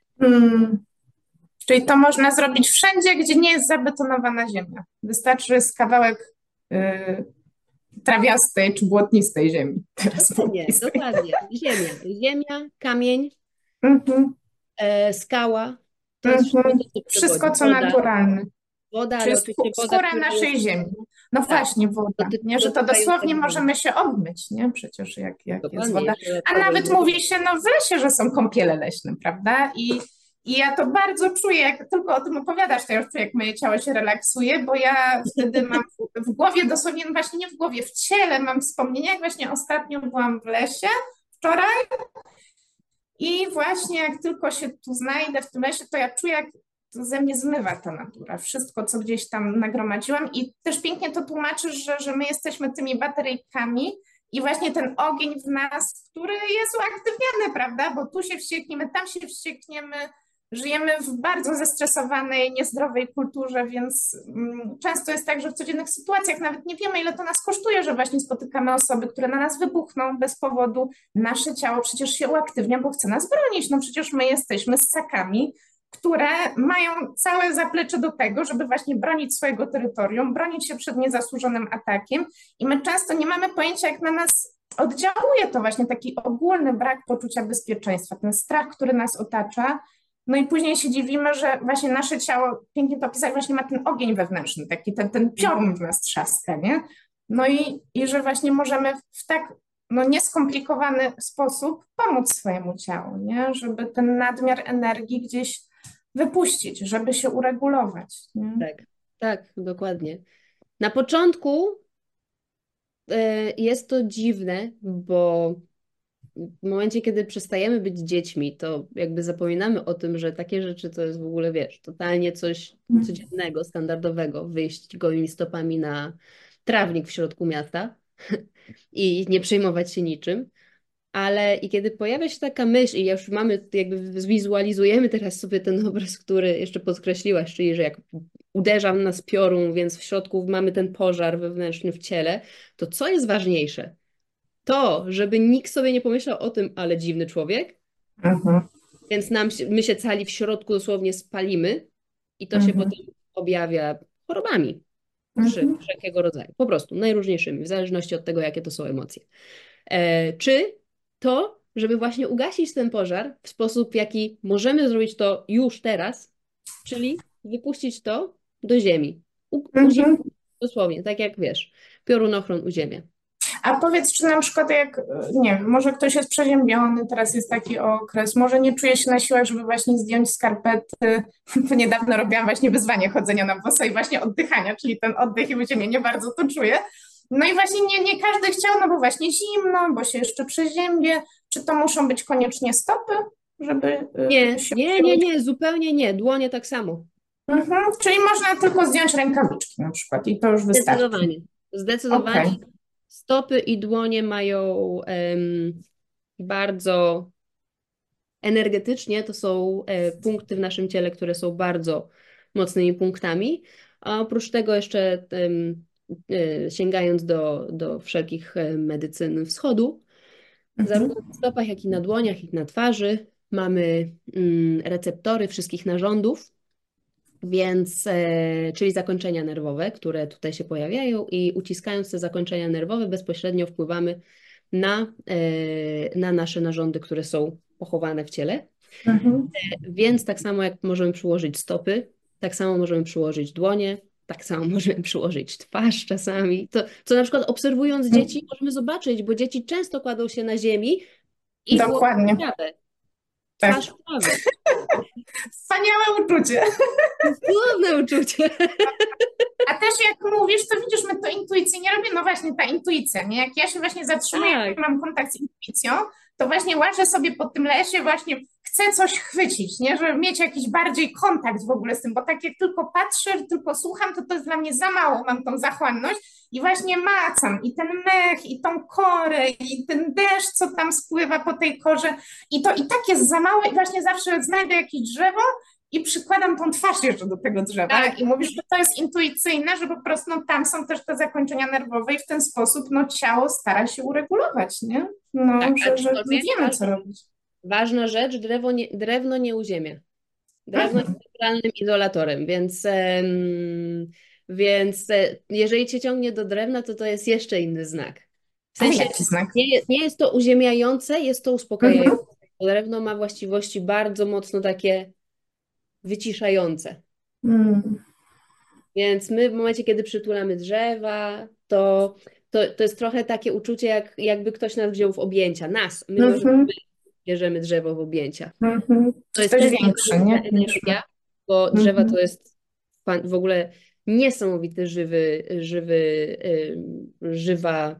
Mm. Czyli to można zrobić wszędzie, gdzie nie jest zabetonowana ziemia. Wystarczy z kawałek y, trawiastej czy błotnistej ziemi. Teraz Dokładnie, błotnistej. dokładnie. Ziemia. Ziemia, kamień, Mhm. e, skała, to jest wszystko Mhm. to, co Wszystko, przewodzi. co Woda, naturalne. woda, Czyli ale skó- oczywiście woda, skóra która jest, naszej ziemi. No tak, właśnie, woda. doty- Nie, że to dotykająca dosłownie ziemi. możemy się obmyć, nie? Przecież jak, jak jest Dokładnie, woda. jeszcze A dodatkowo nawet jest woda. mówi się no w lesie, że są kąpiele leśne, prawda? I I ja to bardzo czuję, jak tylko o tym opowiadasz, to ja już czuję, jak moje ciało się relaksuje, bo ja wtedy mam w, w głowie, dosłownie, no właśnie nie w głowie, w ciele mam wspomnienia, jak właśnie ostatnio byłam w lesie wczoraj i właśnie jak tylko się tu znajdę w tym lesie, to ja czuję, jak ze mnie zmywa ta natura, wszystko, co gdzieś tam nagromadziłam i też pięknie to tłumaczysz, że, że my jesteśmy tymi bateryjkami i właśnie ten ogień w nas, który jest uaktywniany, prawda, bo tu się wściekniemy, tam się wściekniemy, żyjemy w bardzo zestresowanej, niezdrowej kulturze, więc mm, często jest tak, że w codziennych sytuacjach nawet nie wiemy, ile to nas kosztuje, że właśnie spotykamy osoby, które na nas wybuchną bez powodu. Nasze ciało przecież się uaktywnia, bo chce nas bronić, no przecież my jesteśmy ssakami, które mają całe zaplecze do tego, żeby właśnie bronić swojego terytorium, bronić się przed niezasłużonym atakiem i my często nie mamy pojęcia, jak na nas oddziałuje to właśnie taki ogólny brak poczucia bezpieczeństwa, ten strach, który nas otacza. No i później się dziwimy, że właśnie nasze ciało, pięknie to opisać, właśnie ma ten ogień wewnętrzny, taki ten, ten piorun w nas trzaska, nie? No i, i że właśnie możemy w tak no, nieskomplikowany sposób pomóc swojemu ciału, nie? Żeby ten nadmiar energii gdzieś wypuścić, żeby się uregulować. Nie? Tak, tak, dokładnie. Na początku e, jest to dziwne, bo w momencie, kiedy przestajemy być dziećmi, to jakby zapominamy o tym, że takie rzeczy to jest w ogóle, wiesz, totalnie coś codziennego, standardowego, wyjść gołymi stopami na trawnik w środku miasta i nie przejmować się niczym. Ale i kiedy pojawia się taka myśl, i już mamy, jakby zwizualizujemy teraz sobie ten obraz, który jeszcze podkreśliłaś, czyli że jak uderza w nas piorun, więc w środku mamy ten pożar wewnętrzny w ciele, to co jest ważniejsze? To, żeby nikt sobie nie pomyślał o tym, ale dziwny człowiek, Mhm. więc nam, się- my się cali w środku dosłownie spalimy i to się Mhm. potem objawia chorobami wszy- Mhm. wszelkiego rodzaju, po prostu najróżniejszymi, w zależności od tego, jakie to są emocje. E, czy to, żeby właśnie ugasić ten pożar w sposób, w jaki możemy zrobić to już teraz, czyli wypuścić to do ziemi. U, uziemić, Mhm. dosłownie, tak jak wiesz, piorunochron uziemia. A powiedz, czy na przykład jak, nie wiem, może ktoś jest przeziębiony, teraz jest taki okres, może nie czuje się na siłach, żeby właśnie zdjąć skarpety. Niedawno robiłam właśnie wyzwanie chodzenia na boso i właśnie oddychania, czyli ten oddech i wyziemienie, bardzo to czuję. No i właśnie nie, nie każdy chciał, no bo właśnie zimno, bo się jeszcze przeziębie. Czy to muszą być koniecznie stopy, żeby y, Nie, się nie, nie, nie, zupełnie nie. Dłonie tak samo. Mhm. Czyli można tylko zdjąć rękawiczki na przykład i to już wystarczy. Zdecydowanie. Zdecydowanie. Okej. Stopy i dłonie mają em, bardzo energetycznie, to są e, punkty w naszym ciele, które są bardzo mocnymi punktami. A oprócz tego jeszcze em, e, sięgając do, do wszelkich e, medycyn wschodu, Mhm. zarówno na stopach, jak i na dłoniach, jak i na twarzy mamy mm, receptory wszystkich narządów, więc, e, czyli zakończenia nerwowe, które tutaj się pojawiają i uciskając te zakończenia nerwowe bezpośrednio wpływamy na, e, na nasze narządy, które są pochowane w ciele. Mhm. Więc tak samo jak możemy przyłożyć stopy, tak samo możemy przyłożyć dłonie, tak samo możemy przyłożyć twarz czasami. To, co na przykład obserwując dzieci możemy zobaczyć, bo dzieci często kładą się na ziemi i włożą Dokładnie. trawę, Tak. twarz w trawę. Wspaniałe uczucie. Cudowne uczucie. A też jak mówisz, to widzisz, my to intuicyjnie robimy. No właśnie ta intuicja, nie? Jak ja się właśnie zatrzymuję, Tak. jak mam kontakt z intuicją, to właśnie łażę sobie po tym lesie, właśnie chcę coś chwycić, nie? Żeby mieć jakiś bardziej kontakt w ogóle z tym, bo tak jak tylko patrzę, tylko słucham, to to jest dla mnie za mało, mam tą zachłanność i właśnie macam i ten mech, i tą korę, i ten deszcz, co tam spływa po tej korze i to i tak jest za mało i właśnie zawsze znajdę jakieś drzewo i przykładam tą twarz jeszcze do tego drzewa Tak. i mówisz, że to jest intuicyjne, że po prostu no, tam są też te zakończenia nerwowe i w ten sposób no, ciało stara się uregulować, nie? No, Tak, że, że aczkolwiek wiemy, co robić. ważna rzecz, drewno nie, drewno nie uziemia. Drewno jest naturalnym izolatorem, więc, em, więc e, jeżeli cię ciągnie do drewna, to to jest jeszcze inny znak. W Ale sensie jaki znak? nie, jest- nie jest to uziemiające, jest to uspokajające. Drewno ma właściwości bardzo mocno takie wyciszające. Mm. Więc my w momencie, kiedy przytulamy drzewa, to, to, to jest trochę takie uczucie, jak, jakby ktoś nas wziął w objęcia, nas. My możemy Mhm. bierzemy drzewo w objęcia. Mhm. To jest Coś też większe, niesamowita nie? Niż my. energia, bo drzewa Mhm. to jest fan- w ogóle niesamowity, żywy, żywy, ym, żywa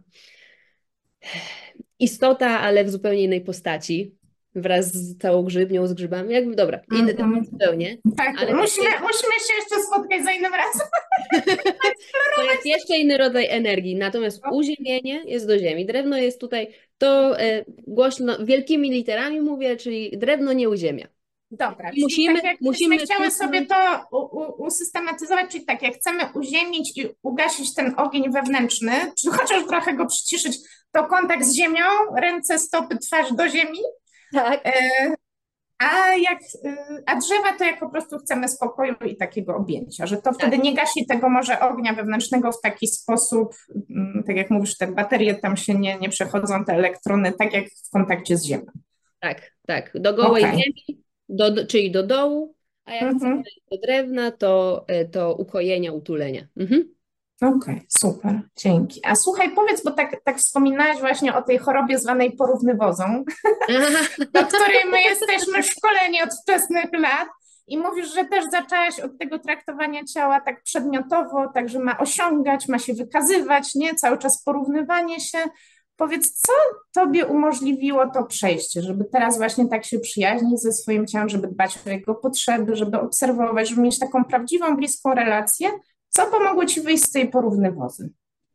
istota, ale w zupełnie innej postaci, wraz z całą grzybnią, z grzybami. Jakby, dobra, inny temat Mhm. zupełnie, Tak, ale musimy, właśnie musimy się jeszcze spotkać za innym razem. to jest jeszcze inny rodzaj energii. Natomiast uziemienie jest do ziemi. Drewno jest tutaj, to e, głośno, wielkimi literami mówię, czyli drewno nie uziemia. Dobra, I czyli musimy, tak jakbyśmy musimy chciały sobie czuć- to u, u, usystematyzować, czyli tak jak chcemy uziemić i ugasić ten ogień wewnętrzny, czy chociaż trochę go przyciszyć, to kontakt z ziemią, ręce, stopy, twarz do ziemi, Tak, e, a, jak, e, a drzewa to jak po prostu chcemy spokoju i takiego objęcia, że to wtedy nie gasi tego może ognia wewnętrznego w taki sposób, mm, tak jak mówisz, te baterie tam się nie, nie przechodzą, te elektrony, tak jak w kontakcie z ziemią. tak, tak. Do gołej Okej. ziemi, do, do- czyli do dołu, a jak chcemy Mhm. do drewna, to, e, to ukojenia, utulenia. Mhm. Okej, super, dzięki. A słuchaj, powiedz, bo tak, tak wspominałaś właśnie o tej chorobie zwanej porównywozą, do której my jesteśmy szkoleni od wczesnych lat i mówisz, że też zaczęłaś od tego traktowania ciała tak przedmiotowo, tak, że ma osiągać, ma się wykazywać, nie? Cały czas porównywanie się. Powiedz, co tobie umożliwiło to przejście, żeby teraz właśnie tak się przyjaźnić ze swoim ciałem, żeby dbać o jego potrzeby, żeby obserwować, żeby mieć taką prawdziwą, bliską relację? Co pomogło ci wyjść z tej porównywozy?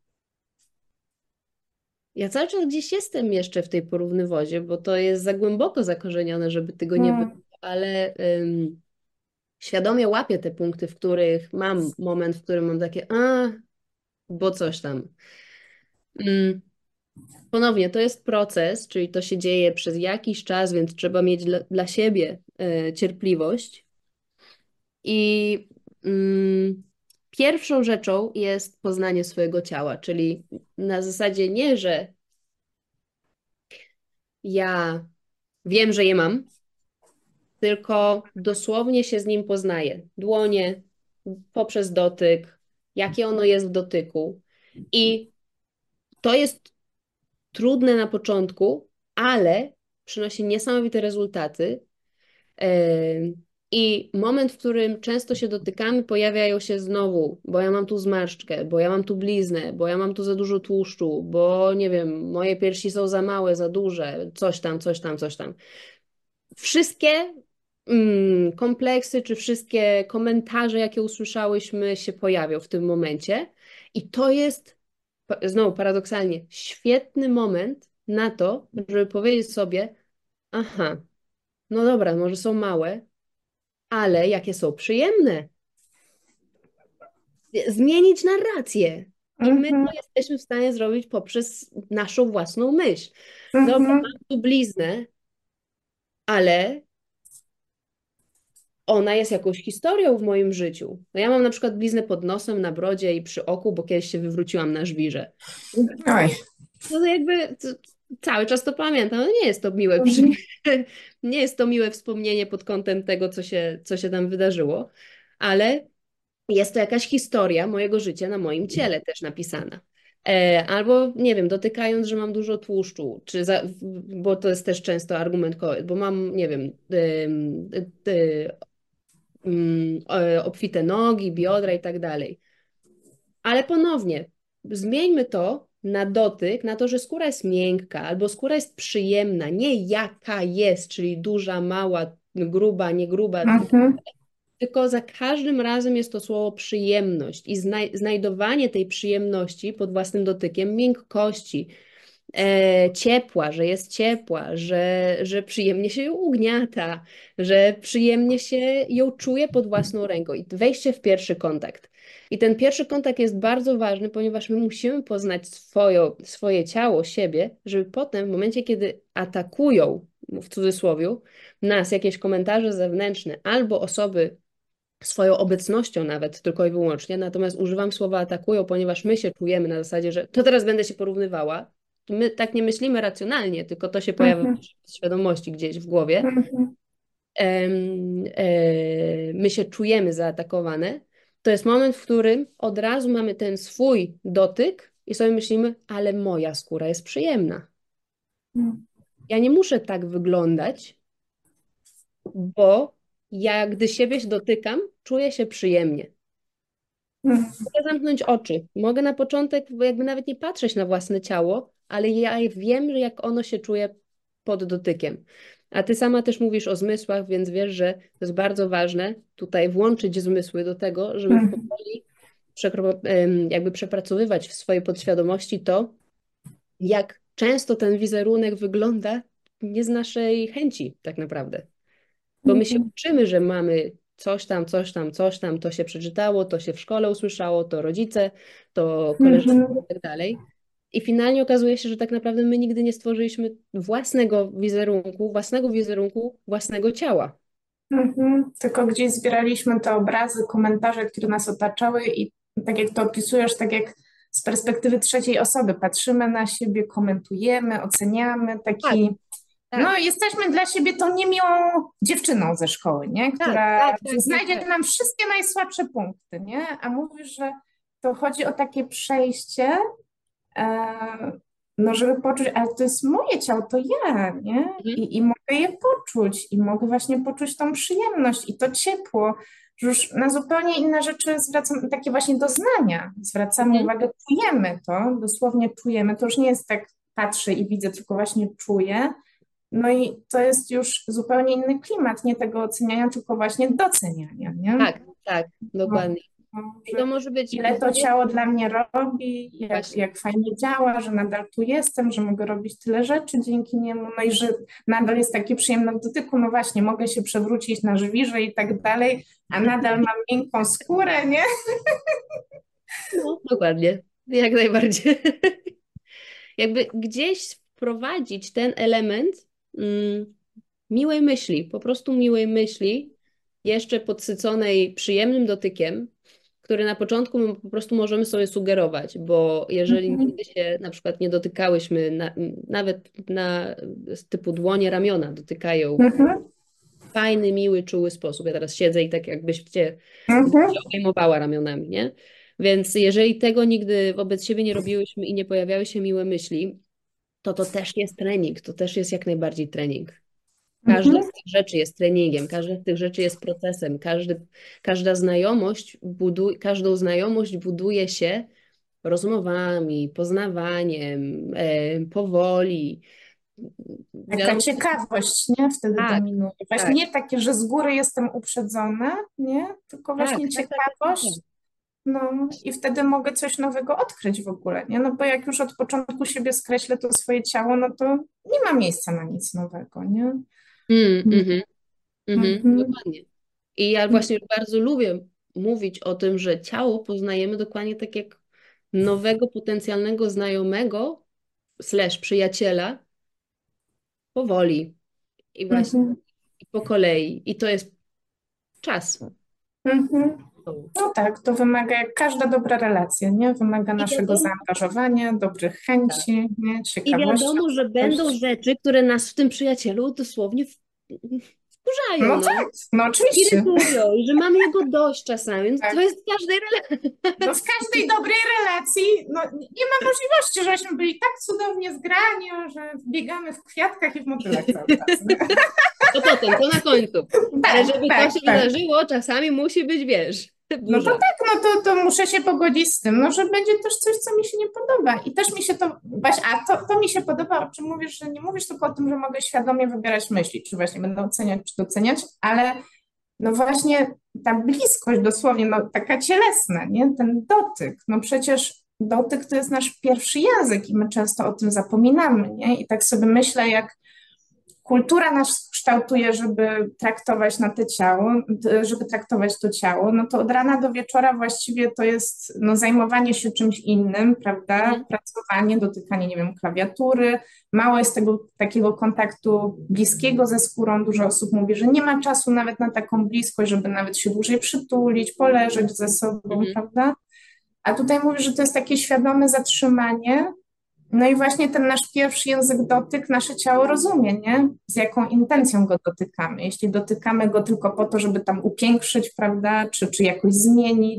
Ja cały czas gdzieś jestem jeszcze w tej porównywozie, bo to jest za głęboko zakorzenione, żeby tego nie było, Hmm. ale ym, świadomie łapię te punkty, w których mam moment, w którym mam takie, a, bo coś tam. Ym, ponownie, to jest proces, czyli to się dzieje przez jakiś czas, więc trzeba mieć dla, dla siebie e, cierpliwość. I ym, pierwszą rzeczą jest poznanie swojego ciała, czyli na zasadzie nie, że ja wiem, że je mam, tylko dosłownie się z nim poznaję. Dłonie, poprzez dotyk, jakie ono jest w dotyku. I to jest trudne na początku, ale przynosi niesamowite rezultaty. Em, I moment, w którym często się dotykamy, pojawiają się znowu, bo ja mam tu zmarszczkę, bo ja mam tu bliznę, bo ja mam tu za dużo tłuszczu, bo nie wiem, moje piersi są za małe, za duże, coś tam, coś tam, coś tam. Wszystkie mm, kompleksy, czy wszystkie komentarze, jakie usłyszałyśmy, się pojawią w tym momencie. I to jest, pa- znowu paradoksalnie, świetny moment na to, żeby powiedzieć sobie, aha, no dobra, może są małe, ale jakie są przyjemne. Zmienić narrację. I my Mhm, to jesteśmy w stanie zrobić poprzez naszą własną myśl. Dobra, mhm, mam tu bliznę, ale ona jest jakąś historią w moim życiu. No ja mam na przykład bliznę pod nosem, na brodzie i przy oku, bo kiedyś się wywróciłam na żwirze. Oj. No to jakby c- cały czas to pamiętam. No nie jest to miłe, przy... Mhm, nie jest to miłe wspomnienie pod kątem tego, co się, co się tam wydarzyło, ale jest to jakaś historia mojego życia na moim ciele też napisana. E, albo, nie wiem, dotykając, że mam dużo tłuszczu, czy za, bo to jest też często argument kobiet, bo mam, nie wiem, ym, y, mm, e, obfite nogi, biodra i tak dalej. Ale ponownie, zmieńmy to na dotyk, na to, że skóra jest miękka albo skóra jest przyjemna, nie jaka jest, czyli duża, mała, gruba, niegruba, mhm, tylko za każdym razem jest to słowo przyjemność i znaj znajdowanie tej przyjemności pod własnym dotykiem, miękkości, e, ciepła, że jest ciepła, że, że przyjemnie się ją ugniata, że przyjemnie się ją czuje pod własną ręką i wejście w pierwszy kontakt. I ten pierwszy kontakt jest bardzo ważny, ponieważ my musimy poznać swoją, swoje ciało, siebie, żeby potem w momencie, kiedy atakują, w cudzysłowie, nas jakieś komentarze zewnętrzne albo osoby swoją obecnością nawet tylko i wyłącznie, natomiast używam słowa atakują, ponieważ my się czujemy na zasadzie, że to teraz będę się porównywała. My tak nie myślimy racjonalnie, tylko to się pojawia w mhm, naszej świadomości gdzieś w głowie. mhm, Em, e, my się czujemy zaatakowane. To jest moment, w którym od razu mamy ten swój dotyk i sobie myślimy, ale moja skóra jest przyjemna. mhm. ja nie muszę tak wyglądać, bo ja, gdy siebie dotykam, czuję się przyjemnie. Mhm. Mogę zamknąć oczy. Mogę na początek jakby nawet nie patrzeć na własne ciało, ale ja wiem, że jak ono się czuje pod dotykiem. A ty sama też mówisz o zmysłach, więc wiesz, że to jest bardzo ważne tutaj włączyć zmysły do tego, żeby Mhm. powoli przekro- em, jakby przepracowywać w swojej podświadomości to, jak często ten wizerunek wygląda nie z naszej chęci tak naprawdę. Bo my się Mhm. uczymy, że mamy coś tam, coś tam, coś tam, to się przeczytało, to się w szkole usłyszało, to rodzice, to koleżanki Mhm. i tak dalej. I finalnie okazuje się, że tak naprawdę my nigdy nie stworzyliśmy własnego wizerunku, własnego wizerunku, własnego ciała. Mhm. Tylko gdzieś zbieraliśmy te obrazy, komentarze, które nas otaczały i tak jak to opisujesz, tak jak z perspektywy trzeciej osoby patrzymy na siebie, komentujemy, oceniamy, Tak, taki, tak, no jesteśmy dla siebie tą niemiłą dziewczyną ze szkoły, nie? tak, Która tak, tak, tak, znajdzie tak. nam wszystkie najsłabsze punkty, nie? A mówisz, że to chodzi o takie przejście, e, no żeby poczuć, ale to jest moje ciało, to ja, nie? Mhm. I, i mogę je poczuć i mogę właśnie poczuć tą przyjemność i to ciepło, że już na zupełnie inne rzeczy zwracam, takie właśnie doznania, zwracamy Mhm. uwagę, czujemy to, dosłownie czujemy, to już nie jest tak patrzę i widzę, tylko właśnie czuję, no i to jest już zupełnie inny klimat, nie tego oceniania, tylko właśnie doceniania, nie? Tak, tak, No, dokładnie. no, I że to może być ile to nie ciało dla mnie robi, jak, właśnie. jak fajnie działa, że nadal tu jestem, że mogę robić tyle rzeczy dzięki niemu, no i że nadal jest takie przyjemne w dotyku, no właśnie, mogę się przewrócić na żwirze i tak dalej, a nadal mam miękką skórę, nie? No, dokładnie. Jak najbardziej. Jakby gdzieś wprowadzić ten element mm, miłej myśli, po prostu miłej myśli, jeszcze podsyconej przyjemnym dotykiem, który na początku my po prostu możemy sobie sugerować, bo jeżeli Mhm. nigdy się na przykład nie dotykałyśmy, na, nawet na z typu dłonie, ramiona dotykają Mhm. w fajny, miły, czuły sposób. Ja teraz siedzę i tak jakbyś cię Mhm. obejmowała ramionami, nie? Więc jeżeli tego nigdy wobec siebie nie robiłyśmy i nie pojawiały się miłe myśli, to to też jest trening, to też jest jak najbardziej trening. Każda Mhm. z tych rzeczy jest treningiem, każda z tych rzeczy jest procesem, każdy, każda znajomość budu, każdą znajomość buduje się rozmowami, poznawaniem, e, powoli. Taka Wiadomo, ciekawość, nie? Wtedy tak, dominuje. Właśnie tak, nie takie, że z góry jestem uprzedzona, nie? Tylko tak, właśnie tak, tak, tak, tak, tak. ciekawość. No i wtedy mogę coś nowego odkryć w ogóle, nie? No bo jak już od początku siebie skreślę to swoje ciało, no to nie ma miejsca na nic nowego, nie? Mm, Mm. mhm, mhm, Mhm. dokładnie. I ja właśnie bardzo lubię mówić o tym, że ciało poznajemy dokładnie tak jak nowego potencjalnego znajomego slash przyjaciela powoli i właśnie Mhm. i po kolei. I to jest czas. Mhm. No tak, to wymaga, jak każda dobra relacja, nie? Wymaga I naszego wiadomo, zaangażowania, dobrych tak. chęci, nie? I Ciekawości. wiadomo, że będą otwartości. rzeczy, które nas w tym przyjacielu dosłownie w- wkurzają, No no. tak, no oczywiście. Irytują i że mamy jego dość czasami. No to Tak. jest w każdej No w każdej dobrej relacji no, nie ma możliwości, żebyśmy byli tak cudownie zgrani, że biegamy w kwiatkach i w motylach cały czas. Nie? To potem, to na końcu. Ale Tak, żeby to tak, się tak. wydarzyło, czasami musi być, wiesz, No to burza. tak, no to, to muszę się pogodzić z tym, no, że będzie też coś, co mi się nie podoba. I też mi się to, właśnie, a to, to mi się podoba, o czym mówisz, że nie mówisz tylko o tym, że mogę świadomie wybierać myśli, czy właśnie będę oceniać, czy doceniać, ale no właśnie ta bliskość dosłownie, no taka cielesna, nie? Ten dotyk, no przecież dotyk to jest nasz pierwszy język i my często o tym zapominamy, nie? I tak sobie myślę, jak kultura nas kształtuje, żeby traktować na te ciało, żeby traktować to ciało, no to od rana do wieczora właściwie to jest no, zajmowanie się czymś innym, prawda? Mhm. Pracowanie, dotykanie, nie wiem, klawiatury. Mało jest tego takiego kontaktu bliskiego ze skórą. Dużo osób mówi, że nie ma czasu nawet na taką bliskość, żeby nawet się dłużej przytulić, poleżeć ze sobą, Mhm. prawda? A tutaj mówisz, że to jest takie świadome zatrzymanie. No i właśnie ten nasz pierwszy język dotyk nasze ciało rozumie, nie? Z jaką intencją go dotykamy. Jeśli dotykamy go tylko po to, żeby tam upiększyć, prawda, czy, czy jakoś zmienić,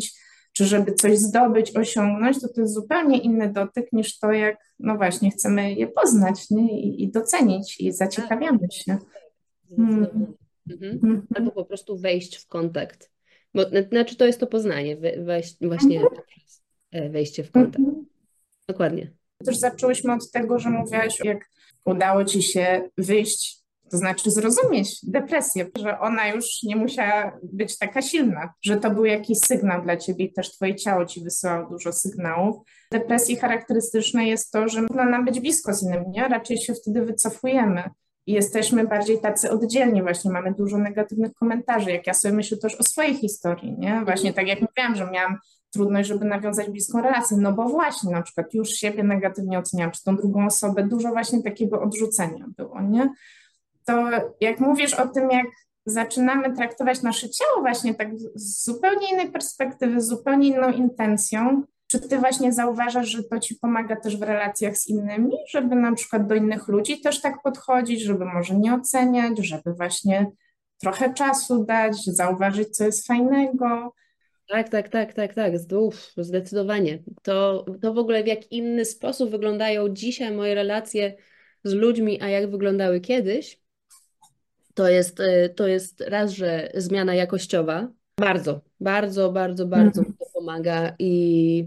czy żeby coś zdobyć, osiągnąć, to to jest zupełnie inny dotyk niż to, jak no właśnie chcemy je poznać, nie? I, i docenić i Tak, zaciekawiamy się. zdecydowanie. Mm, Mhm. mm, Albo po prostu wejść w kontakt. Bo, znaczy to jest to poznanie, we- wejść właśnie mhm, poprzez e, wejście w kontakt. mhm. Dokładnie. Też zaczęłyśmy od tego, że mówiłaś, jak udało ci się wyjść, to znaczy zrozumieć depresję, że ona już nie musiała być taka silna, że to był jakiś sygnał dla ciebie i też twoje ciało ci wysyłało dużo sygnałów. W depresji charakterystyczne jest to, że można nam być blisko z innymi, nie? Raczej się wtedy wycofujemy i jesteśmy bardziej tacy oddzielni, właśnie mamy dużo negatywnych komentarzy, jak ja sobie myślę też o swojej historii, nie? Właśnie tak jak mówiłam, że miałam trudność, żeby nawiązać bliską relację, no bo właśnie na przykład już siebie negatywnie oceniam, czy tą drugą osobę, dużo właśnie takiego odrzucenia było, nie? To jak mówisz o tym, jak zaczynamy traktować nasze ciało właśnie tak z zupełnie innej perspektywy, z zupełnie inną intencją, czy ty właśnie zauważasz, że to ci pomaga też w relacjach z innymi, żeby na przykład do innych ludzi też tak podchodzić, żeby może nie oceniać, żeby właśnie trochę czasu dać, zauważyć, co jest fajnego. Tak, tak, tak, tak, tak. Uf, zdecydowanie. To, to w ogóle w jak inny sposób wyglądają dzisiaj moje relacje z ludźmi, a jak wyglądały kiedyś, to jest, y, to jest raz, że zmiana jakościowa. Bardzo, bardzo, bardzo, bardzo mi to pomaga i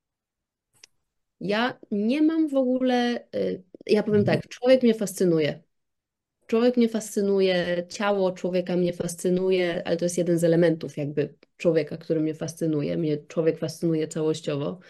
ja nie mam w ogóle, y, ja powiem tak, człowiek mnie fascynuje. Człowiek mnie fascynuje, ciało człowieka mnie fascynuje, ale to jest jeden z elementów jakby człowieka, który mnie fascynuje. Mnie człowiek fascynuje całościowo.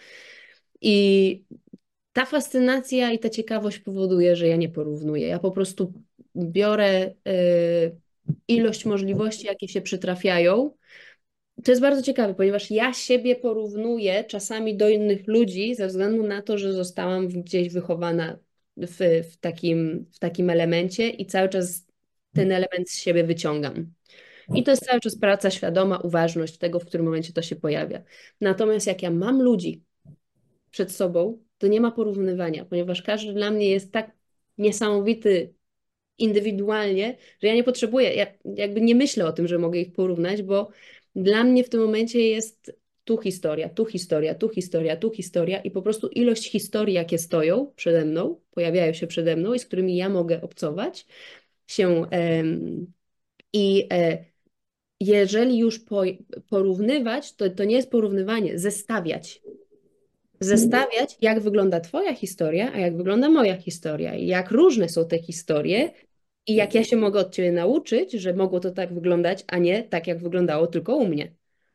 I ta fascynacja i ta ciekawość powoduje, że ja nie porównuję. Ja po prostu biorę y, ilość możliwości, jakie się przytrafiają. To jest bardzo ciekawe, ponieważ ja siebie porównuję czasami do innych ludzi ze względu na to, że zostałam gdzieś wychowana w, w takim, w takim elemencie i cały czas ten element z siebie wyciągam. I to jest cały czas praca świadoma, uważność tego, w którym momencie to się pojawia. Natomiast jak ja mam ludzi przed sobą, to nie ma porównywania, ponieważ każdy dla mnie jest tak niesamowity indywidualnie, że ja nie potrzebuję, ja jakby nie myślę o tym, że mogę ich porównać, bo dla mnie w tym momencie jest tu historia, tu historia, tu historia, tu historia i po prostu ilość historii, jakie stoją przede mną, pojawiają się przede mną i z którymi ja mogę obcować się em, i e, jeżeli już po, porównywać, to, to nie jest porównywanie, zestawiać. Zestawiać, jak wygląda Twoja historia, a jak wygląda moja historia, i jak różne są te historie, i jak ja się mogę od Ciebie nauczyć, że mogło to tak wyglądać, a nie tak, jak wyglądało tylko u mnie.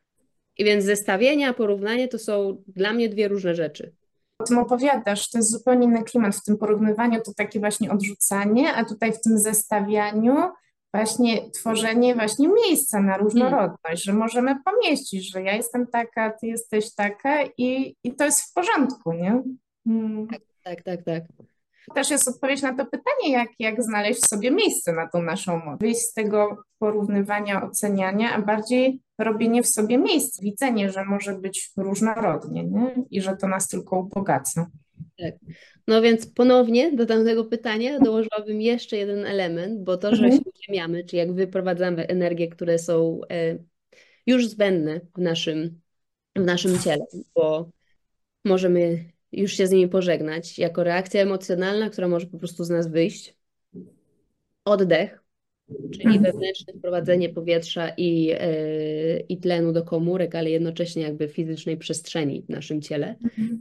I więc zestawienie, a porównanie to są dla mnie dwie różne rzeczy. O tym opowiadasz, to jest zupełnie inny klimat. W tym porównywaniu to takie właśnie odrzucanie, a tutaj w tym zestawianiu właśnie tworzenie właśnie miejsca na Mm. różnorodność, że możemy pomieścić, że ja jestem taka, ty jesteś taka i, i to jest w porządku, nie? Mm. Tak, tak, tak. Też jest odpowiedź na to pytanie, jak, jak znaleźć w sobie miejsce na tą naszą moc. Wyjść z tego porównywania, oceniania, a bardziej robienie w sobie miejsc, widzenie, że może być różnorodnie, nie? I że to nas tylko ubogaca. Tak. No więc ponownie do tamtego pytania dołożyłabym jeszcze jeden element, bo to, że Mhm. się uziemiamy, czy jak wyprowadzamy energie, które są e, już zbędne w naszym, w naszym ciele, bo możemy już się z nimi pożegnać jako reakcja emocjonalna, która może po prostu z nas wyjść. Oddech, czyli wewnętrzne wprowadzenie powietrza i, e, i tlenu do komórek, ale jednocześnie jakby fizycznej przestrzeni w naszym ciele.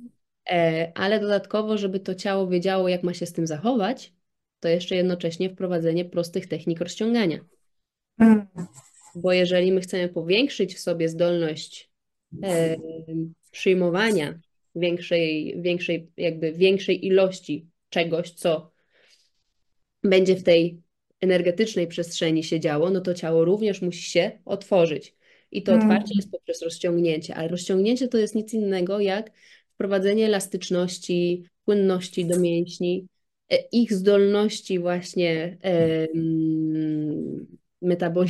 E, ale dodatkowo, żeby to ciało wiedziało, jak ma się z tym zachować, to jeszcze jednocześnie wprowadzenie prostych technik rozciągania. Mm. Bo jeżeli my chcemy powiększyć w sobie zdolność e, przyjmowania większej, większej, jakby większej ilości czegoś, co będzie w tej energetycznej przestrzeni się działo, no to ciało również musi się otworzyć. I to Mm. otwarcie jest poprzez rozciągnięcie, ale rozciągnięcie to jest nic innego jak wprowadzenie elastyczności, płynności do mięśni, e, ich zdolności właśnie em, metaboli...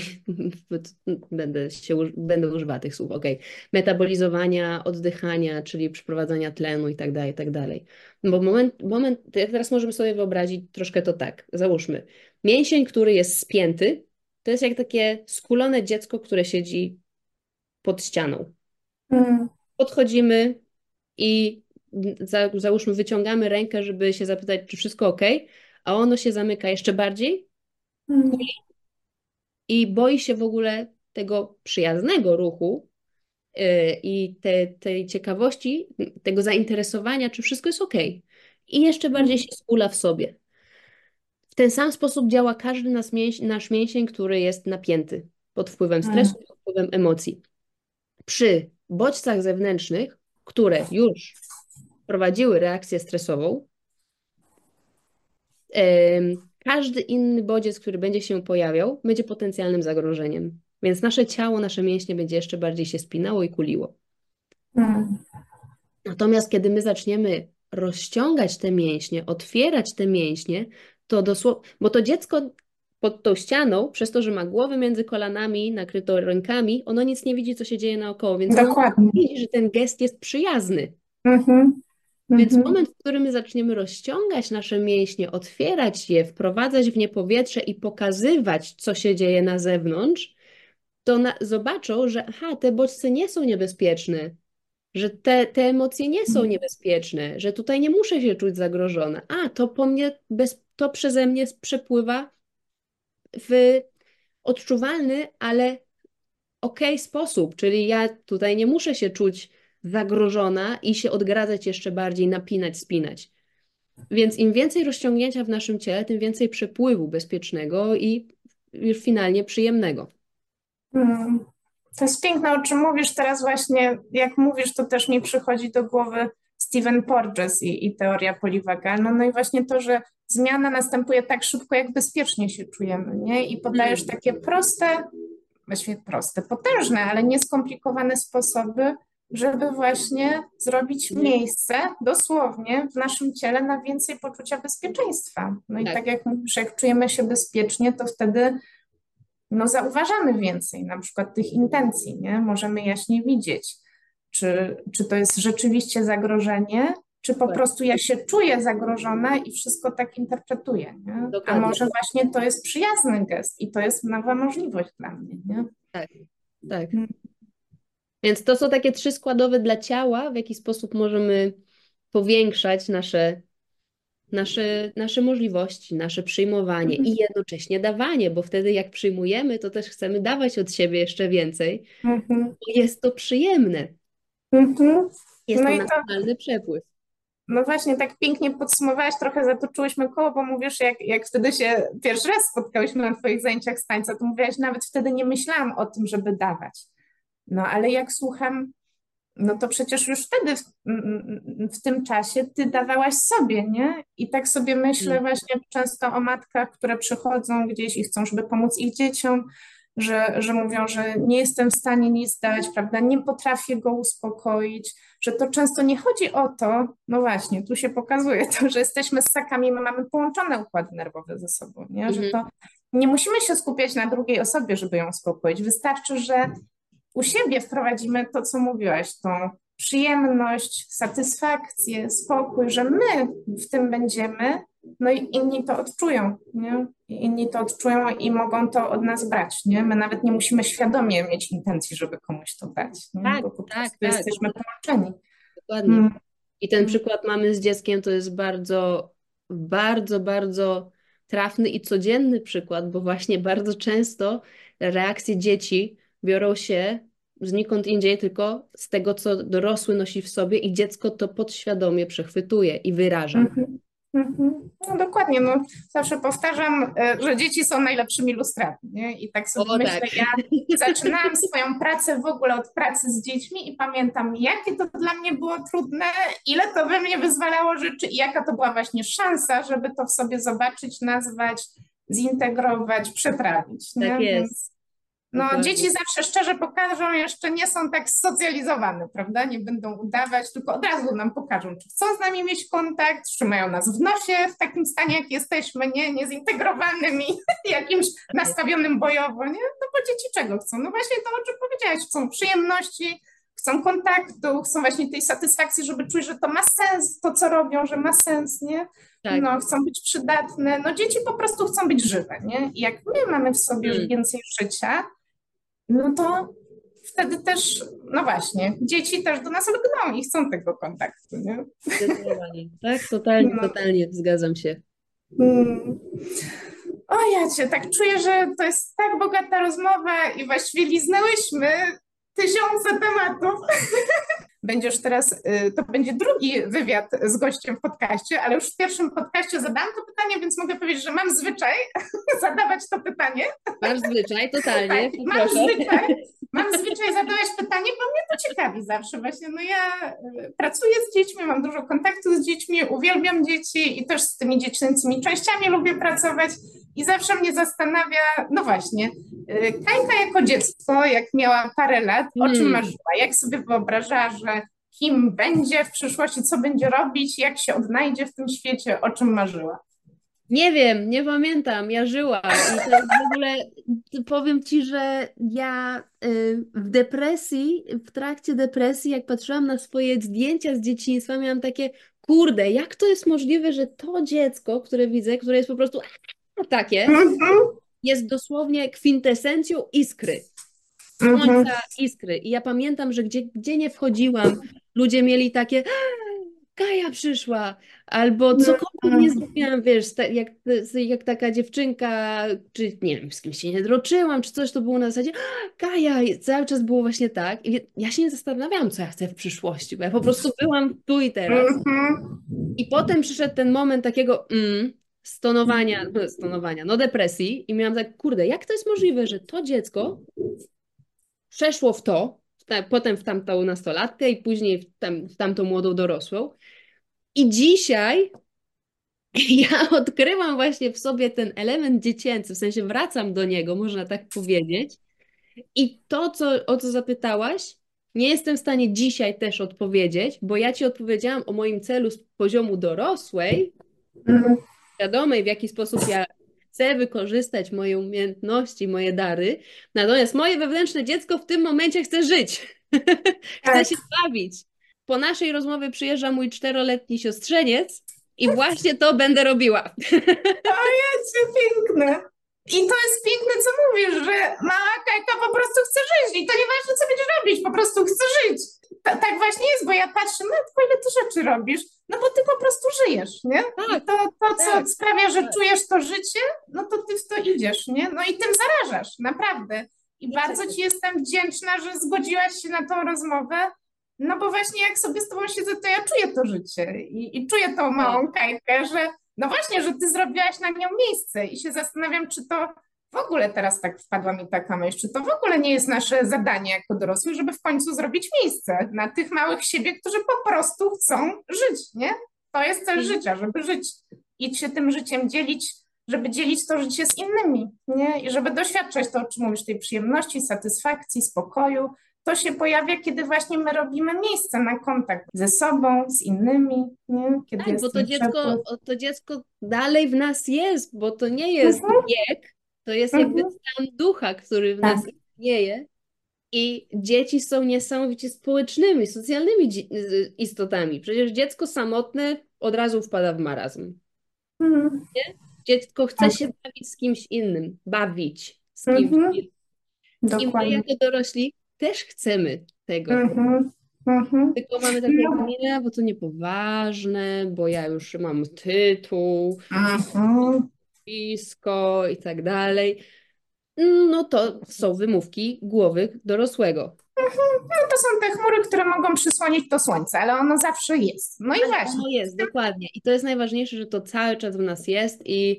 będę się, uż- będę używała tych słów, okej, metabolizowania, oddychania, czyli przeprowadzania tlenu i tak dalej, i tak dalej. Bo moment, moment, teraz możemy sobie wyobrazić troszkę to tak. Załóżmy, mięsień, który jest spięty, to jest jak takie skulone dziecko, które siedzi pod ścianą. Mm. podchodzimy i za, załóżmy wyciągamy rękę, żeby się zapytać, czy wszystko ok, a ono się zamyka jeszcze bardziej Mm. i boi się w ogóle tego przyjaznego ruchu yy, i te, tej ciekawości, tego zainteresowania, czy wszystko jest ok. I jeszcze bardziej się skula w sobie. W ten sam sposób działa każdy nasz mięsień, nasz mięsień, który jest napięty pod wpływem Mm. stresu, pod wpływem emocji. Przy bodźcach zewnętrznych, które już prowadziły reakcję stresową, em, każdy inny bodziec, który będzie się pojawiał, będzie potencjalnym zagrożeniem. Więc nasze ciało, nasze mięśnie będzie jeszcze bardziej się spinało i kuliło. Mm. Natomiast kiedy my zaczniemy rozciągać te mięśnie, otwierać te mięśnie, to dosłownie, bo to dziecko pod tą ścianą, przez to, że ma głowę między kolanami, nakryto rękami, ono nic nie widzi, co się dzieje naokoło, więc ono Dokładnie. widzi, że ten gest jest przyjazny. Mhm. Więc Mhm. moment, w którym my zaczniemy rozciągać nasze mięśnie, otwierać je, wprowadzać w nie powietrze i pokazywać, co się dzieje na zewnątrz, to na, zobaczą, że aha, te bodźce nie są niebezpieczne, że te, te emocje nie są niebezpieczne, że tutaj nie muszę się czuć zagrożona. A, to po mnie, bez, to przeze mnie przepływa w odczuwalny, ale okej sposób, czyli ja tutaj nie muszę się czuć zagrożona i się odgradzać jeszcze bardziej, napinać, spinać. Więc im więcej rozciągnięcia w naszym ciele, tym więcej przepływu bezpiecznego i już finalnie przyjemnego. Mm. To jest piękne, o czym mówisz teraz właśnie. Jak mówisz, to też mi przychodzi do głowy Stephen Porges i, i teoria poliwagalna. No i właśnie to, że zmiana następuje tak szybko, jak bezpiecznie się czujemy, nie? I podajesz Mm. takie proste, właściwie proste, potężne, ale nieskomplikowane sposoby, żeby właśnie zrobić miejsce dosłownie w naszym ciele na więcej poczucia bezpieczeństwa. No i Tak. tak jak mówisz, jak czujemy się bezpiecznie, to wtedy no zauważamy więcej, na przykład tych intencji, nie? Możemy jaśniej widzieć, czy, czy to jest rzeczywiście zagrożenie, czy po Tak. prostu ja się czuję zagrożona i wszystko tak interpretuję, nie? A Dokładnie. może właśnie to jest przyjazny gest i to jest nowa możliwość dla mnie, nie? Tak, tak. Mm. Więc to są takie trzy składowe dla ciała, w jaki sposób możemy powiększać nasze, nasze, nasze możliwości, nasze przyjmowanie i jednocześnie dawanie, bo wtedy jak przyjmujemy, to też chcemy dawać od siebie jeszcze więcej. Mhm. Jest to przyjemne. Mhm. Jest No to i to, naturalny przepływ. no właśnie, tak pięknie podsumowałaś, trochę zatoczyłyśmy koło, bo mówisz, jak, jak wtedy się pierwszy raz spotkałyśmy na twoich zajęciach z tańca, to mówiłaś, nawet wtedy nie myślałam o tym, żeby dawać. No ale jak słucham, no to przecież już wtedy w, w tym czasie ty dawałaś sobie, nie? I tak sobie myślę Mm. właśnie często o matkach, które przychodzą gdzieś i chcą, żeby pomóc ich dzieciom, że, że mówią, że nie jestem w stanie nic dać, prawda? Nie potrafię go uspokoić, że to często nie chodzi o to, no właśnie, tu się pokazuje to, że jesteśmy ssakami, my mamy połączone układy nerwowe ze sobą, nie? Że Mhm. to nie musimy się skupiać na drugiej osobie, żeby ją uspokoić. Wystarczy, że u siebie wprowadzimy to, co mówiłaś, tą przyjemność, satysfakcję, spokój, że my w tym będziemy, no i inni to odczują, nie? I inni to odczują i mogą to od nas brać, nie? My nawet nie musimy świadomie mieć intencji, żeby komuś to dać, nie? Tak, Bo po tak, prostu tak. jesteśmy połączeni. Dokładnie. Mm. I ten przykład mamy z dzieckiem to jest bardzo, bardzo, bardzo trafny i codzienny przykład, bo właśnie bardzo często reakcje dzieci biorą się znikąd indziej, tylko z tego, co dorosły nosi w sobie i dziecko to podświadomie przechwytuje i wyraża. Mhm. Mhm. No dokładnie, no zawsze powtarzam, e, że dzieci są najlepszymi lustrami, nie? I tak sobie O, myślę, tak. ja zaczynałam swoją pracę w ogóle od pracy z dziećmi i pamiętam, jakie to dla mnie było trudne, ile to we mnie wyzwalało rzeczy i jaka to była właśnie szansa, żeby to w sobie zobaczyć, nazwać, zintegrować, przetrawić, nie? Tak jest. Więc no, Dokładnie. dzieci zawsze szczerze pokażą, jeszcze nie są tak socjalizowane, prawda? Nie będą udawać, tylko od razu nam pokażą, czy chcą z nami mieć kontakt, czy mają nas w nosie w takim stanie, jak jesteśmy, nie? Niezintegrowanym i jakimś nastawionym bojowo, nie? No bo dzieci czego chcą? No właśnie to, o czym powiedziałaś, chcą przyjemności, chcą kontaktu, chcą właśnie tej satysfakcji, żeby czuć, że to ma sens, to co robią, że ma sens, nie? Tak. No, chcą być przydatne. No dzieci po prostu chcą być żywe, nie? I jak my mamy w sobie już Mm. więcej życia, no to wtedy też, no właśnie, dzieci też do nas lgną i chcą tego kontaktu, nie? Zdecydowanie. Tak, totalnie, No. totalnie zgadzam się. Hmm. O ja cię, tak czuję, że to jest tak bogata rozmowa i właściwie liznęłyśmy tysiące tematów. Będzie już teraz, y, to będzie drugi wywiad z gościem w podcaście, ale już w pierwszym podcaście zadałam to pytanie, więc mogę powiedzieć, że mam zwyczaj zadawać to pytanie. Masz zwyczaj, totalnie, Tak, mam proszę. zwyczaj, mam zwyczaj zadawać pytanie, bo mnie to ciekawi zawsze właśnie. No ja y, pracuję z dziećmi, mam dużo kontaktu z dziećmi, uwielbiam dzieci i też z tymi dziecięcymi częściami lubię pracować i zawsze mnie zastanawia, no właśnie, y, Kajka jako dziecko, jak miała parę lat, o czym Hmm. marzyła, jak sobie wyobrażała, że kim będzie w przyszłości, co będzie robić, jak się odnajdzie w tym świecie, o czym marzyła. Nie wiem, nie pamiętam, ja żyłam i to jest w ogóle, powiem Ci, że ja y, w depresji, w trakcie depresji, jak patrzyłam na swoje zdjęcia z dzieciństwa, miałam takie, kurde, jak to jest możliwe, że to dziecko, które widzę, które jest po prostu takie, Mhm, jest dosłownie kwintesencją iskry, mhm, słońca iskry. I ja pamiętam, że gdzie, gdzie nie wchodziłam, ludzie mieli takie, Kaja przyszła, albo cokolwiek nie zrobiłam, wiesz, sta- jak, jak taka dziewczynka, czy nie wiem, z kimś się nie droczyłam, czy coś, to było na zasadzie, Kaja, i cały czas było właśnie tak. I ja się nie zastanawiałam, co ja chcę w przyszłości, bo ja po prostu byłam tu i teraz. mhm. I potem przyszedł ten moment takiego mm, stonowania, no, stonowania, no depresji i miałam tak, kurde, jak to jest możliwe, że to dziecko przeszło w to, w ta, potem w tamtą nastolatkę i później w, tam, w tamtą młodą dorosłą. I dzisiaj ja odkrywam właśnie w sobie ten element dziecięcy, w sensie wracam do niego, można tak powiedzieć. I to, co, o co zapytałaś, nie jestem w stanie dzisiaj też odpowiedzieć, bo ja ci odpowiedziałam o moim celu z poziomu dorosłej, Mhm. świadomej, w jaki sposób ja chcę wykorzystać moje umiejętności, moje dary. Natomiast moje wewnętrzne dziecko w tym momencie chce żyć. Chce Tak. się bawić. Po naszej rozmowie przyjeżdża mój czteroletni siostrzeniec i właśnie to będę robiła. Ojejcie, piękne. I to jest piękne, co mówisz, że mała Kajka po prostu chce żyć i to nieważne, co będzie robić, po prostu chce żyć. Ta, tak właśnie jest, bo ja patrzę, no tylko ile ty rzeczy robisz, no bo ty po prostu żyjesz, nie? Tak, I to, to co tak, sprawia, że tak. czujesz to życie, no to ty w to idziesz, nie? No i tym zarażasz, naprawdę. I bardzo ci jestem wdzięczna, że zgodziłaś się na tą rozmowę, no bo właśnie jak sobie z tobą siedzę, to ja czuję to życie i, i czuję tą małą Kajkę, że no właśnie, że ty zrobiłaś na nią miejsce i się zastanawiam, czy to w ogóle teraz tak wpadła mi taka myśl, czy to w ogóle nie jest nasze zadanie jako dorosłych, żeby w końcu zrobić miejsce na tych małych siebie, którzy po prostu chcą żyć, nie? To jest cel Mhm. życia, żeby żyć i się tym życiem dzielić, żeby dzielić to życie z innymi, nie? I żeby doświadczać to, o czym mówisz, tej przyjemności, satysfakcji, spokoju. To się pojawia, kiedy właśnie my robimy miejsce na kontakt ze sobą, z innymi, nie? Kiedy Tak, jest bo to ten dziecko, przepływ. to dziecko dalej w nas jest, bo to nie jest Mhm, wiek, to jest jakby mhm. stan ducha, który w Tak. nas istnieje. I dzieci są niesamowicie społecznymi, socjalnymi dzi- y, istotami. Przecież dziecko samotne od razu wpada w marazm. Mhm. Dziecko chce Tak. się bawić z kimś innym, bawić z kimś Mhm. innym. I my Dokładnie. jako dorośli też chcemy tego. Mhm. Mhm. Tylko mamy takie, nie, bo to niepoważne, bo ja już mam tytuł, Mhm. blisko i tak dalej. No to są wymówki głowy dorosłego. No to są te chmury, które mogą przysłonić to słońce, ale ono zawsze jest. No i Ale właśnie. ono jest, dokładnie. I to jest najważniejsze, że to cały czas w nas jest i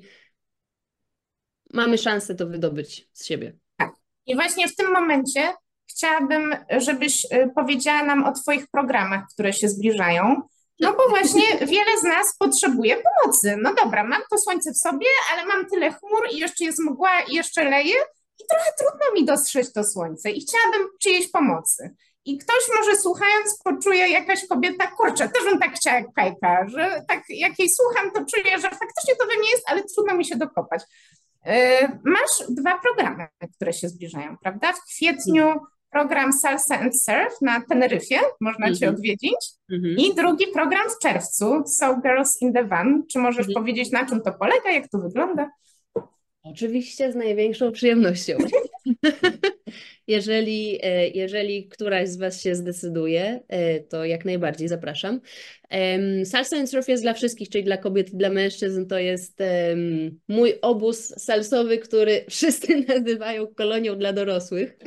mamy szansę to wydobyć z siebie. I właśnie w tym momencie chciałabym, żebyś y, powiedziała nam o Twoich programach, które się zbliżają. No bo właśnie wiele z nas potrzebuje pomocy. No dobra, mam to słońce w sobie, ale mam tyle chmur i jeszcze jest mgła i jeszcze leje i trochę trudno mi dostrzec to słońce i chciałabym czyjejś pomocy. I ktoś może słuchając poczuje jakaś kobieta, kurczę, też bym tak chciała jak Kajka, że tak jak jej słucham, to czuję, że faktycznie to we mnie jest, ale trudno mi się dokopać. Yy, Masz dwa programy, które się zbliżają, prawda? W kwietniu program Salsa and Surf na Teneryfie, można Cię Mhm. odwiedzić. Mhm. I drugi program w czerwcu, So Girls in the Van. Czy możesz Mhm. powiedzieć, na czym to polega, jak to wygląda? Oczywiście z największą przyjemnością. Jeżeli, e, jeżeli któraś z Was się zdecyduje, e, to jak najbardziej zapraszam. Em, Salsa and Surf jest dla wszystkich, czyli dla kobiet i dla mężczyzn. To jest em, mój obóz salsowy, który wszyscy nazywają kolonią dla dorosłych.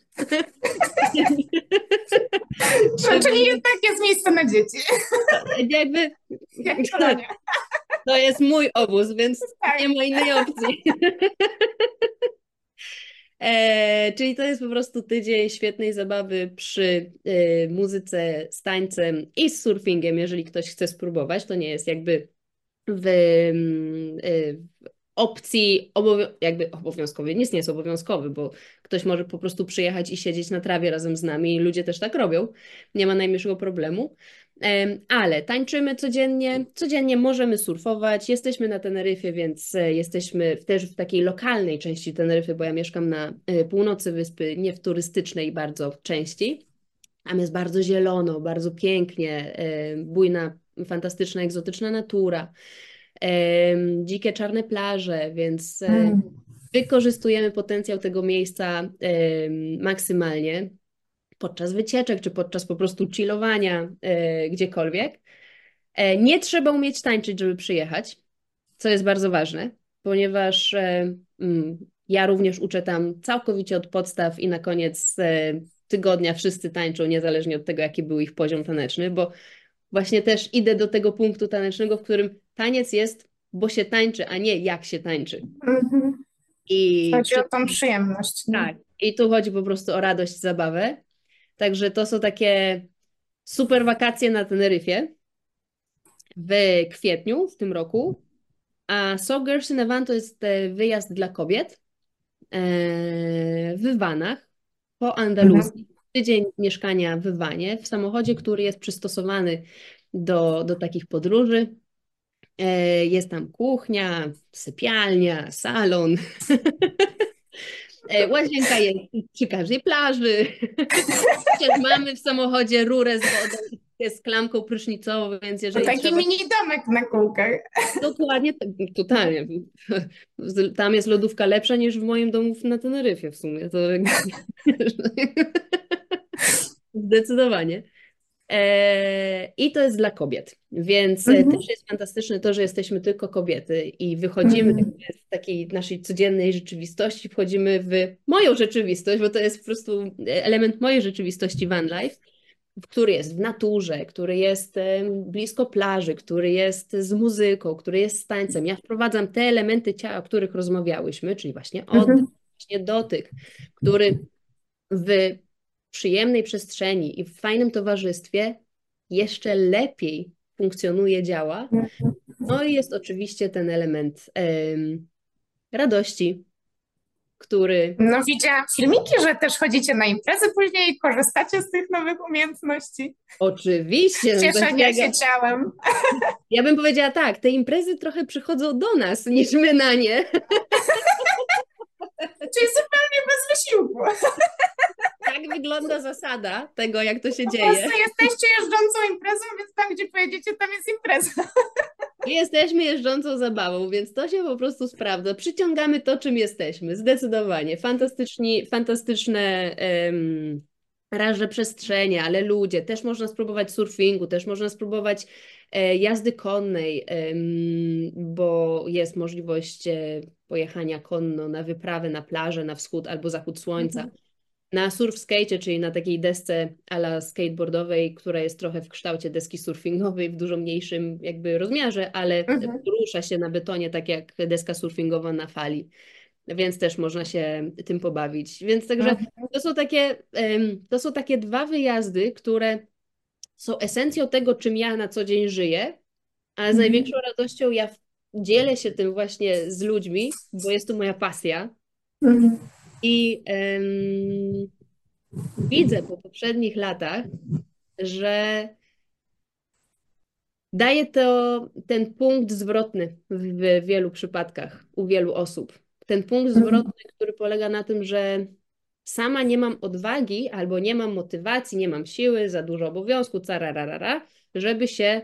No, czyli jednak jest miejsce na dzieci. Jakby Jak kolonia. to jest mój obóz, więc Tak. nie ma innej opcji. E, czyli to jest po prostu tydzień świetnej zabawy przy e, muzyce, z tańcem i z surfingiem, jeżeli ktoś chce spróbować. To nie jest jakby w, mm, e, w opcji obowią jakby obowiązkowej. Nic nie jest obowiązkowy, bo ktoś może po prostu przyjechać i siedzieć na trawie razem z nami i ludzie też tak robią. Nie ma najmniejszego problemu. Em, Ale tańczymy codziennie, codziennie możemy surfować. Jesteśmy na Teneryfie, więc e, jesteśmy w- też w takiej lokalnej części Teneryfy, bo ja mieszkam na e, północy wyspy, nie w turystycznej bardzo części. Tam jest bardzo zielono, bardzo pięknie, e, bujna, fantastyczna, egzotyczna natura, em, dzikie czarne plaże, więc e, Mm. wykorzystujemy potencjał tego miejsca em, maksymalnie podczas wycieczek, czy podczas po prostu chillowania e, gdziekolwiek. E, nie trzeba umieć tańczyć, żeby przyjechać, co jest bardzo ważne, ponieważ e, mm, ja również uczę tam całkowicie od podstaw i na koniec e, tygodnia wszyscy tańczą, niezależnie od tego, jaki był ich poziom taneczny, bo właśnie też idę do tego punktu tanecznego, w którym taniec jest, bo się tańczy, a nie jak się tańczy. Mhm. I Chodzi przy... o tą przyjemność. Nie? tak, i tu chodzi po prostu o radość, zabawę. Także to są takie super wakacje na Teneryfie w kwietniu w tym roku. A So Girls in a Van to jest e, wyjazd dla kobiet e, w vanach po Mhm. Andaluzji. Tydzień mieszkania w vanie, w samochodzie, który jest przystosowany do, do takich podróży. E, Jest tam kuchnia, sypialnia, salon. E, Łazienka jest przy każdej plaży. Przecież mamy w samochodzie rurę z wodą i z klamką prysznicową, więc To jeżeli taki trzeba... mini domek na kółkach. Dokładnie, tak, totalnie. Tam jest lodówka lepsza niż w moim domu na Teneryfie w sumie. To zdecydowanie. E, I to jest dla kobiet, więc e, Mhm. też jest fantastyczne to, że jesteśmy tylko kobiety i wychodzimy Mhm. z takiej naszej codziennej rzeczywistości, wchodzimy w moją rzeczywistość, bo to jest po prostu element mojej rzeczywistości van life, który jest w naturze, który jest em, blisko plaży, który jest z muzyką, który jest z tańcem. Ja wprowadzam te elementy ciała, o których rozmawiałyśmy, czyli właśnie oddech, Mhm. właśnie dotyk, który w przyjemnej przestrzeni i w fajnym towarzystwie jeszcze lepiej funkcjonuje, działa. No i jest oczywiście ten element em, radości, który No widziałam filmiki, że też chodzicie na imprezy później i korzystacie z tych nowych umiejętności. oczywiście, no to jest Cieszenia mega. się ciałem. Ja bym powiedziała tak, te imprezy trochę przychodzą do nas niż my na nie. Czyli zupełnie bez wysiłku. Tak wygląda zasada tego, jak to się Po dzieje. prostu jesteście jeżdżącą imprezą, więc tam, gdzie pojedziecie, tam jest impreza. I jesteśmy jeżdżącą zabawą, więc to się po prostu sprawdza. Przyciągamy to, czym jesteśmy, zdecydowanie. Fantastyczni, fantastyczne um, raże przestrzenie, ale ludzie. Też można spróbować surfingu, też można spróbować e, jazdy konnej, em, bo jest możliwość e, pojechania konno na wyprawę na plażę, na wschód albo zachód słońca. Na surf skate, czyli na takiej desce ala skateboardowej, która jest trochę w kształcie deski surfingowej, w dużo mniejszym jakby rozmiarze, ale Mhm. rusza się na betonie tak jak deska surfingowa na fali, więc też można się tym pobawić. Więc także Mhm. to są takie, em, to są takie dwa wyjazdy, które są esencją tego, czym ja na co dzień żyję, a z największą radością ja w- dzielę się tym właśnie z ludźmi, bo jest to moja pasja. Mhm. I em, widzę po poprzednich latach, że daje to ten punkt zwrotny w wielu przypadkach, u wielu osób. Ten punkt zwrotny, który polega na tym, że sama nie mam odwagi albo nie mam motywacji, nie mam siły, za dużo obowiązku, carararara, żeby się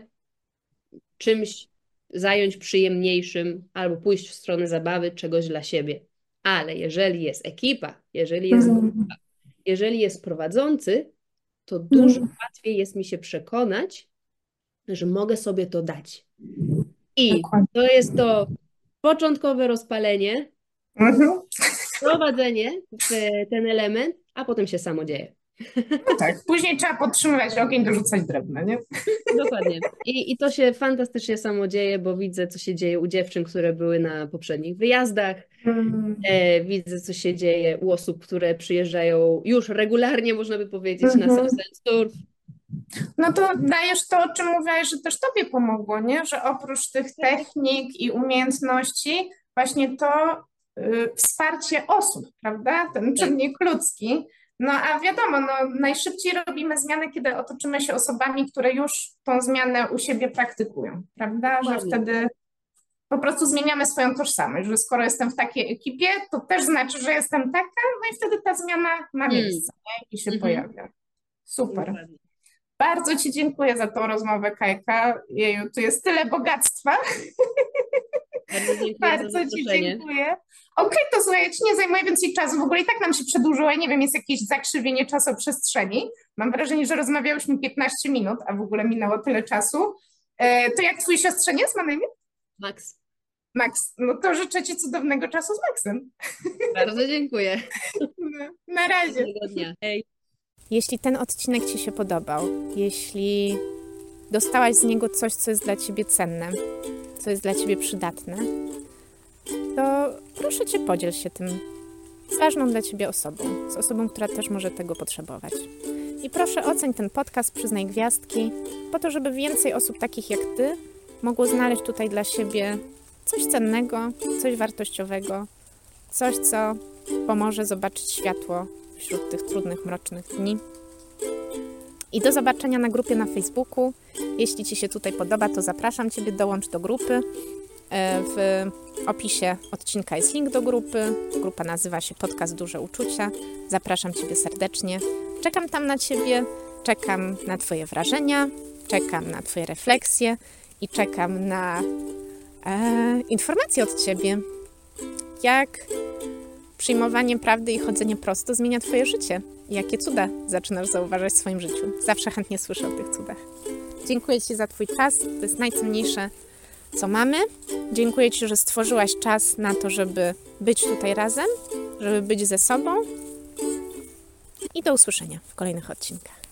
czymś zająć przyjemniejszym albo pójść w stronę zabawy, czegoś dla siebie. Ale jeżeli jest ekipa, jeżeli jest Mhm. grupa, jeżeli jest prowadzący, to dużo łatwiej jest mi się przekonać, że mogę sobie to dać. I Dokładnie. to jest to początkowe rozpalenie, Mhm. prowadzenie w ten element, a potem się samo dzieje. No tak, później trzeba podtrzymywać ogień, dorzucać drewno, nie? Dokładnie. I, I to się fantastycznie samo dzieje, bo widzę, co się dzieje u dziewczyn, które były na poprzednich wyjazdach. Mhm. E, widzę, co się dzieje u osób, które przyjeżdżają już regularnie, można by powiedzieć, na Mhm. Self Surf. No to dajesz to, o czym mówiłaś, że też tobie pomogło, nie? Że oprócz tych technik i umiejętności, właśnie to y, wsparcie osób, prawda? Ten czynnik ludzki. No a wiadomo, no, najszybciej robimy zmiany, kiedy otoczymy się osobami, które już tą zmianę u siebie praktykują, prawda? Że Dokładnie. wtedy po prostu zmieniamy swoją tożsamość, że skoro jestem w takiej ekipie, to też znaczy, że jestem taka, no i wtedy ta zmiana ma Hmm. miejsce, nie? I się Mhm. pojawia. Super. Dokładnie. Bardzo Ci dziękuję za tą rozmowę, Kajka. Jeju, tu jest tyle bogactwa. Bardzo dziękuję za Bardzo Ci zaproszenie. dziękuję. Okej, to słuchaj, ja Ci nie zajmuję więcej czasu. W ogóle i tak nam się przedłużyło. Ja nie wiem, jest jakieś zakrzywienie czasoprzestrzeni. Mam wrażenie, że rozmawiałyśmy piętnaście minut, a w ogóle minęło tyle czasu. E, to jak Twój siostrzeniec ma na imię? Max, Max. No to życzę Ci cudownego czasu z Maxem. bardzo dziękuję. No, na razie. Miłego dnia. Hej. Jeśli ten odcinek Ci się podobał, jeśli dostałaś z niego coś, co jest dla Ciebie cenne, co jest dla Ciebie przydatne, to proszę Cię, podziel się tym z ważną dla Ciebie osobą, z osobą, która też może tego potrzebować. I proszę oceń ten podcast, przyznaj gwiazdki, po to, żeby więcej osób takich jak Ty mogło znaleźć tutaj dla siebie coś cennego, coś wartościowego, coś, co pomoże zobaczyć światło wśród tych trudnych, mrocznych dni. I do zobaczenia na grupie na Facebooku. Jeśli Ci się tutaj podoba, to zapraszam Ciebie, dołącz do grupy. W opisie odcinka jest link do grupy. Grupa nazywa się Podcast Duże Uczucia. Zapraszam Ciebie serdecznie. Czekam tam na Ciebie, czekam na Twoje wrażenia, czekam na Twoje refleksje i czekam na e, informacje od Ciebie, jak przyjmowanie prawdy i chodzenie prosto zmienia Twoje życie. Jakie cuda zaczynasz zauważać w swoim życiu. Zawsze chętnie słyszę o tych cudach. Dziękuję Ci za Twój czas. To jest najcenniejsze, co mamy. Dziękuję Ci, że stworzyłaś czas na to, żeby być tutaj razem, żeby być ze sobą. I do usłyszenia w kolejnych odcinkach.